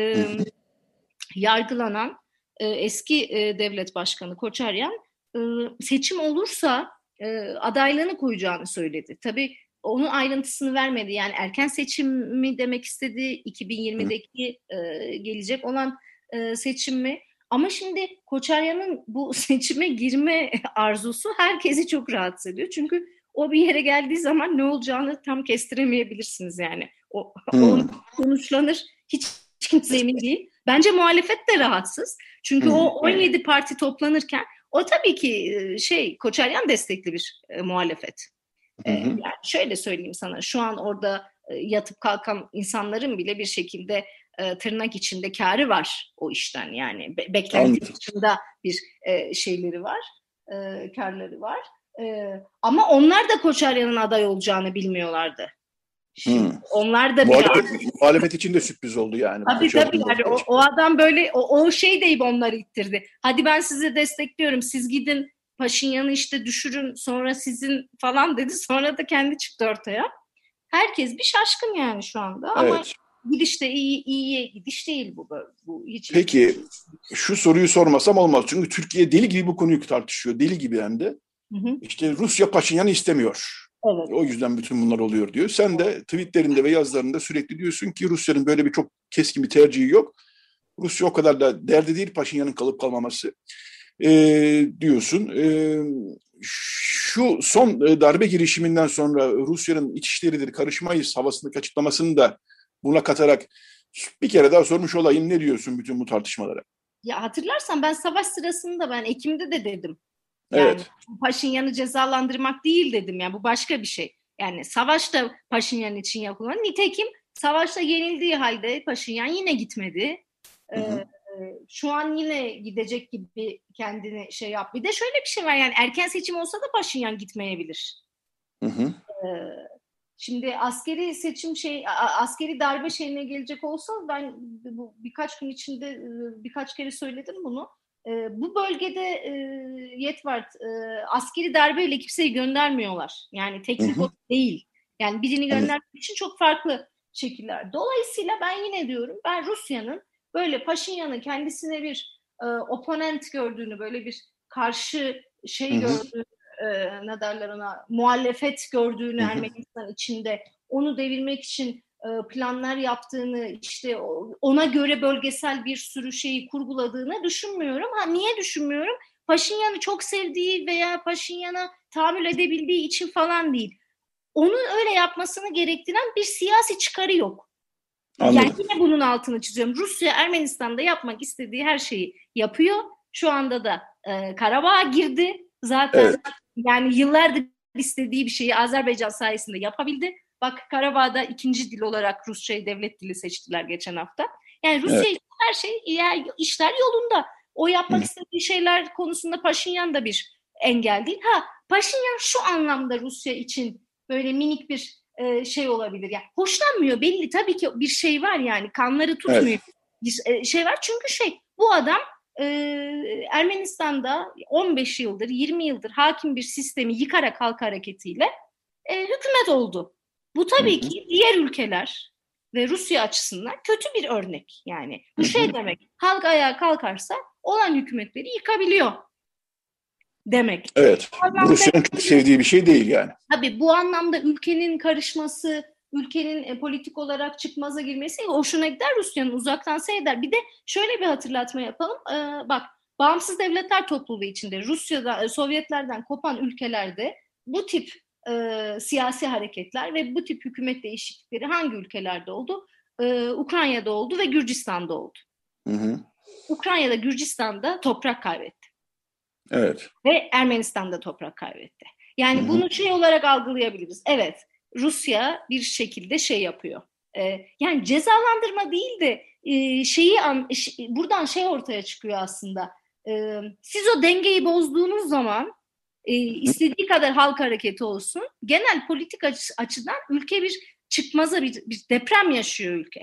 [SPEAKER 5] yargılanan eski devlet başkanı Koçaryan seçim olursa adaylığını koyacağını söyledi. Tabii onun ayrıntısını vermedi. Yani erken seçim mi demek istedi, 2020'deki gelecek olan seçim mi? Ama şimdi Koçaryan'ın bu seçime girme arzusu herkesi çok rahatsız ediyor. Çünkü o bir yere geldiği zaman ne olacağını tam kestiremeyebilirsiniz yani. O sonuçlanır, hiç kimse emin değil. Bence muhalefet de rahatsız. Çünkü o 17 parti toplanırken o tabii ki Koçaryan destekli bir muhalefet. Yani şöyle söyleyeyim sana, şu an orada yatıp kalkan insanların bile bir şekilde tırnak içinde kârı var o işten. Yani beklenti dışında bir şeyleri var, kârları var. Ama onlar da Koçaryan'ın aday olacağını bilmiyorlardı. Şimdi onlar da
[SPEAKER 2] muhalefet için de sürpriz oldu yani.
[SPEAKER 5] Tabii yani o adam böyle o şey deyip onları ittirdi. Hadi ben sizi destekliyorum, siz gidin Paşinyan'ı işte düşürün, sonra sizin falan dedi. Sonra da kendi çıktı ortaya. Herkes bir şaşkın yani şu anda. Evet. Ama gidiş de iyiye gidiş değil bu hiç.
[SPEAKER 2] Peki şu soruyu sormasam olmaz. Çünkü Türkiye deli gibi bu konuyu tartışıyor. Deli gibi hem de. İşte Rusya Paşinyan'ı istemiyor. Evet. O yüzden bütün bunlar oluyor diyor. Sen de tweetlerinde ve yazılarında sürekli diyorsun ki Rusya'nın böyle bir çok keskin bir tercihi yok. Rusya o kadar da derdi değil Paşinyan'ın kalıp kalmaması diyorsun. Şu son darbe girişiminden sonra Rusya'nın iç işleridir karışmayız havasındaki açıklamasını da buna katarak bir kere daha sormuş olayım. Ne diyorsun bütün bu tartışmalara?
[SPEAKER 5] Ya hatırlarsan ben savaş sırasında ben Ekim'de de dedim. Yani evet. Paşinyan'ı cezalandırmak değil dedim. Yani bu başka bir şey. Yani savaş da Paşinyan için yapılan. Nitekim savaşta yenildiği halde Paşinyan yine gitmedi. Şu an yine gidecek gibi kendini şey yap. Bir de şöyle bir şey var, yani erken seçim olsa da Paşinyan gitmeyebilir. Şimdi askeri seçim askeri darbe şeyine gelecek olsa ben bu birkaç gün içinde birkaç kere söyledim bunu. Bu bölgede Yetvart askeri darbeyle kimseyi göndermiyorlar. Yani teknik değil. Yani birini göndermek için çok farklı şekiller. Dolayısıyla ben yine diyorum, ben Rusya'nın böyle Paşinyan'ın kendisine bir oponent gördüğünü, böyle bir karşı gördüğünü, ne derler ona, muhalefet gördüğünü Ermenistan içinde, onu devirmek için planlar yaptığını, işte ona göre bölgesel bir sürü şeyi kurguladığını düşünmüyorum. Niye düşünmüyorum? Paşinyan'ı çok sevdiği veya Paşinyan'a tahammül edebildiği için falan değil. Onun öyle yapmasını gerektiren bir siyasi çıkarı yok. Anladım. Yani yine bunun altını çiziyorum. Rusya Ermenistan'da yapmak istediği her şeyi yapıyor. Şu anda da Karabağ'a girdi. Zaten yani yıllardır istediği bir şeyi Azerbaycan sayesinde yapabildi. Bak, Karabağ'da 2. dil olarak Rusçayı devlet dili seçtiler geçen hafta. Yani Rusya için her şey, işler yolunda. O yapmak istediği şeyler konusunda Paşinyan da bir engel değil. Paşinyan şu anlamda Rusya için böyle minik bir şey olabilir. Yani hoşlanmıyor belli, tabii ki bir şey var yani, kanları tutmuyor. Bir şey var çünkü bu adam Ermenistan'da 15 yıldır 20 yıldır hakim bir sistemi yıkarak halk hareketiyle hükümet oldu. Bu tabii ki diğer ülkeler ve Rusya açısından kötü bir örnek. Yani bu şey demek, halk ayağa kalkarsa olan hükümetleri yıkabiliyor demek.
[SPEAKER 2] Evet, bu Rusya'nın çok sevdiği bir şey değil yani.
[SPEAKER 5] Tabii bu anlamda ülkenin karışması, ülkenin politik olarak çıkmaza girmesi hoşuna gider, Rusya'nın uzaktan seyreder. Bir de şöyle bir hatırlatma yapalım. Bak, bağımsız devletler topluluğu içinde Rusya'da, Sovyetlerden kopan ülkelerde bu tip siyasi hareketler ve bu tip hükümet değişiklikleri hangi ülkelerde oldu? Ukrayna'da oldu ve Gürcistan'da oldu. Ukrayna'da, Gürcistan'da toprak kaybetti.
[SPEAKER 2] Evet.
[SPEAKER 5] Ve Ermenistan'da toprak kaybetti. Yani bunu şey olarak algılayabiliriz. Evet, Rusya bir şekilde şey yapıyor. Yani cezalandırma değil de buradan şey ortaya çıkıyor aslında. Siz o dengeyi bozduğunuz zaman istediği kadar halk hareketi olsun, genel politik açıdan ülke bir çıkmaza, bir deprem yaşıyor ülke.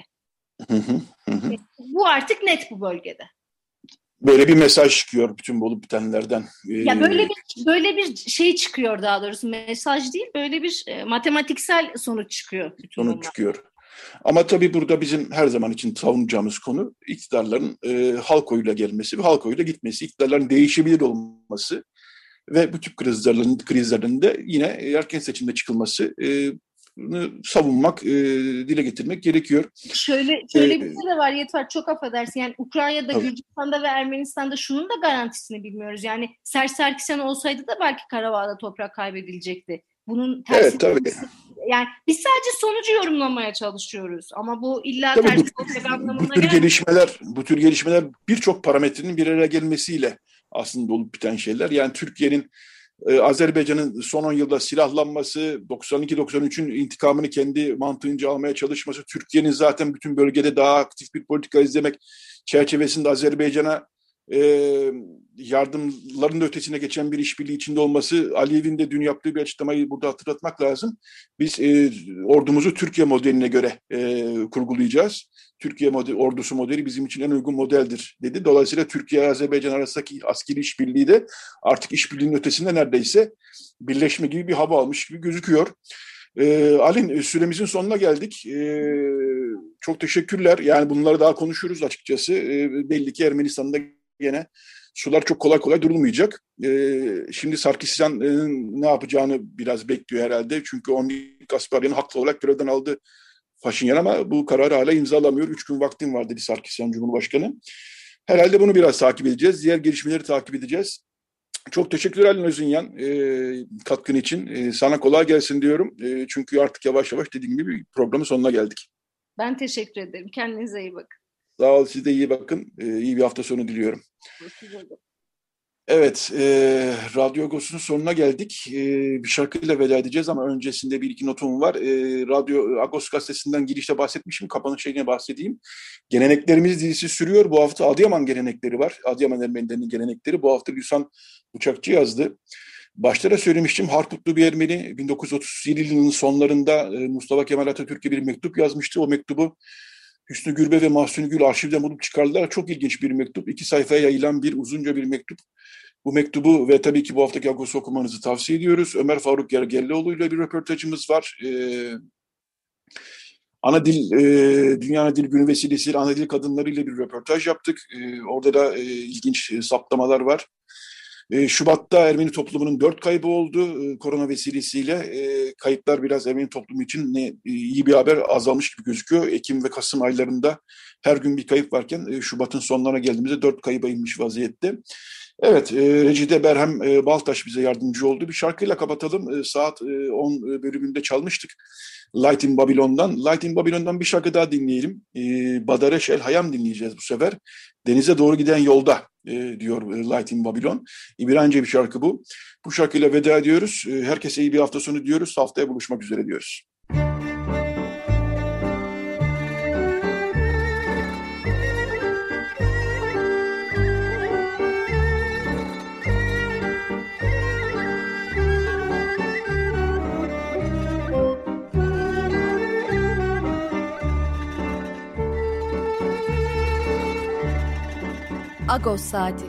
[SPEAKER 5] Bu artık net bu bölgede.
[SPEAKER 2] Böyle bir mesaj çıkıyor bütün bu olup bitenlerden.
[SPEAKER 5] Ya böyle bir şey çıkıyor, daha doğrusu mesaj değil, böyle bir matematiksel sonuç çıkıyor.
[SPEAKER 2] Sonuç çıkıyor. Ama tabii burada bizim her zaman için savunacağımız konu iktidarların halk oyuyla gelmesi ve halk oyuyla gitmesi, iktidarların değişebilir olması ve bu tip krizlerden de yine erken seçimde çıkılması savunmak, dile getirmek gerekiyor.
[SPEAKER 5] Şöyle bir şey de var Yetvar, çok affedersin. Yani Ukrayna'da, Gürcistan'da ve Ermenistan'da şunun da garantisini bilmiyoruz. Yani Serj Sarkisyan olsaydı da belki Karabağ'da toprak kaybedilecekti. Bunun tersi.
[SPEAKER 2] Evet,
[SPEAKER 5] yani biz sadece sonucu yorumlamaya çalışıyoruz. Ama bu illa tersi olacak anlamına
[SPEAKER 2] gelmiyor. Bu tür gelişmeler birçok parametrenin bir araya gelmesiyle aslında olup biten şeyler. Yani Türkiye'nin Azerbaycan'ın son 10 yılda silahlanması, 92-93'ün intikamını kendi mantığınca almaya çalışması, Türkiye'nin zaten bütün bölgede daha aktif bir politika izlemek çerçevesinde Azerbaycan'a yardımların da ötesine geçen bir işbirliği içinde olması, Aliyev'in de dün yaptığı bir açıklamayı burada hatırlatmak lazım. Biz ordumuzu Türkiye modeline göre kurgulayacağız. Türkiye ordusu modeli bizim için en uygun modeldir dedi. Dolayısıyla Türkiye-Azerbaycan arasındaki askeri işbirliği de artık işbirliğinin ötesinde neredeyse birleşme gibi bir hava almış gibi gözüküyor. Alin, süremizin sonuna geldik. Çok teşekkürler. Yani bunları daha konuşuruz açıkçası. Belli ki Ermenistan'da gene sular çok kolay kolay durulmayacak. Şimdi Sarkisyan ne yapacağını biraz bekliyor herhalde. Çünkü Onnik Gasparyan'ı haklı olarak görevden aldı Paşinyan ama bu kararı hala imzalamıyor. 3 gün vaktim var dedi Sarkisyan Cumhurbaşkanı. Herhalde bunu biraz takip edeceğiz. Diğer gelişmeleri takip edeceğiz. Çok teşekkürler Alin Özünyan katkın için. Sana kolay gelsin diyorum. Çünkü artık yavaş yavaş dediğim gibi programın sonuna geldik.
[SPEAKER 5] Ben teşekkür ederim. Kendinize iyi bakın.
[SPEAKER 2] Sağ ol, siz de iyi bakın. İyi bir hafta sonu diliyorum. Evet, Radyo Agos'un sonuna geldik. Bir şarkıyla veda edeceğiz ama öncesinde bir iki notum var. Radyo Agos gazetesinden girişte bahsetmişim. Kapanış şeyine bahsedeyim. Geleneklerimiz dizisi sürüyor. Bu hafta Adıyaman gelenekleri var. Adıyaman Ermenilerinin gelenekleri. Bu hafta Gülsan Uçakçı yazdı. Başta da söylemiştim. Harputlu bir Ermeni 1937 yılının sonlarında Mustafa Kemal Atatürk'e bir mektup yazmıştı. O mektubu Hüsnü Gürbe ve Mahsuni Gül arşivden bulup çıkardılar. Çok ilginç bir mektup. 2 sayfaya yayılan uzunca bir mektup. Bu mektubu ve tabii ki bu haftaki Agos'u okumanızı tavsiye ediyoruz. Ömer Faruk Gergerlioğlu ile bir röportajımız var. Dünya Ana Dil Günü vesilesiyle ana dil kadınları ile bir röportaj yaptık. Orada da ilginç saptamalar var. Şubat'ta Ermeni toplumunun 4 kaybı oldu korona vesilesiyle. Kayıplar biraz Ermeni toplumu için iyi bir haber, azalmış gibi gözüküyor. Ekim ve Kasım aylarında her gün bir kayıp varken Şubat'ın sonlarına geldiğimizde 4 kayıba inmiş vaziyette. Evet, Recide Berhem Baltaş bize yardımcı oldu. Bir şarkıyla kapatalım. Saat 10 bölümünde çalmıştık. Light in Babylon'dan. Light in Babylon'dan bir şarkı daha dinleyelim. Badareş El Hayam dinleyeceğiz bu sefer. Denize doğru giden yolda diyor Light in Babylon. İbranice bir şarkı bu. Bu şarkıyla veda ediyoruz. Herkese iyi bir hafta sonu diyoruz. Haftaya buluşmak üzere diyoruz.
[SPEAKER 1] Agos Saati.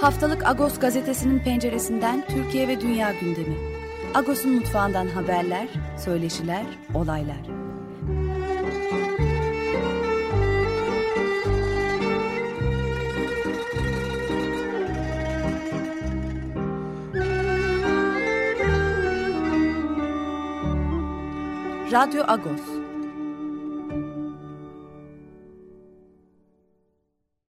[SPEAKER 1] Haftalık Agos gazetesinin penceresinden Türkiye ve dünya gündemi. Agos'un mutfağından haberler, söyleşiler, olaylar. Radyo Agos.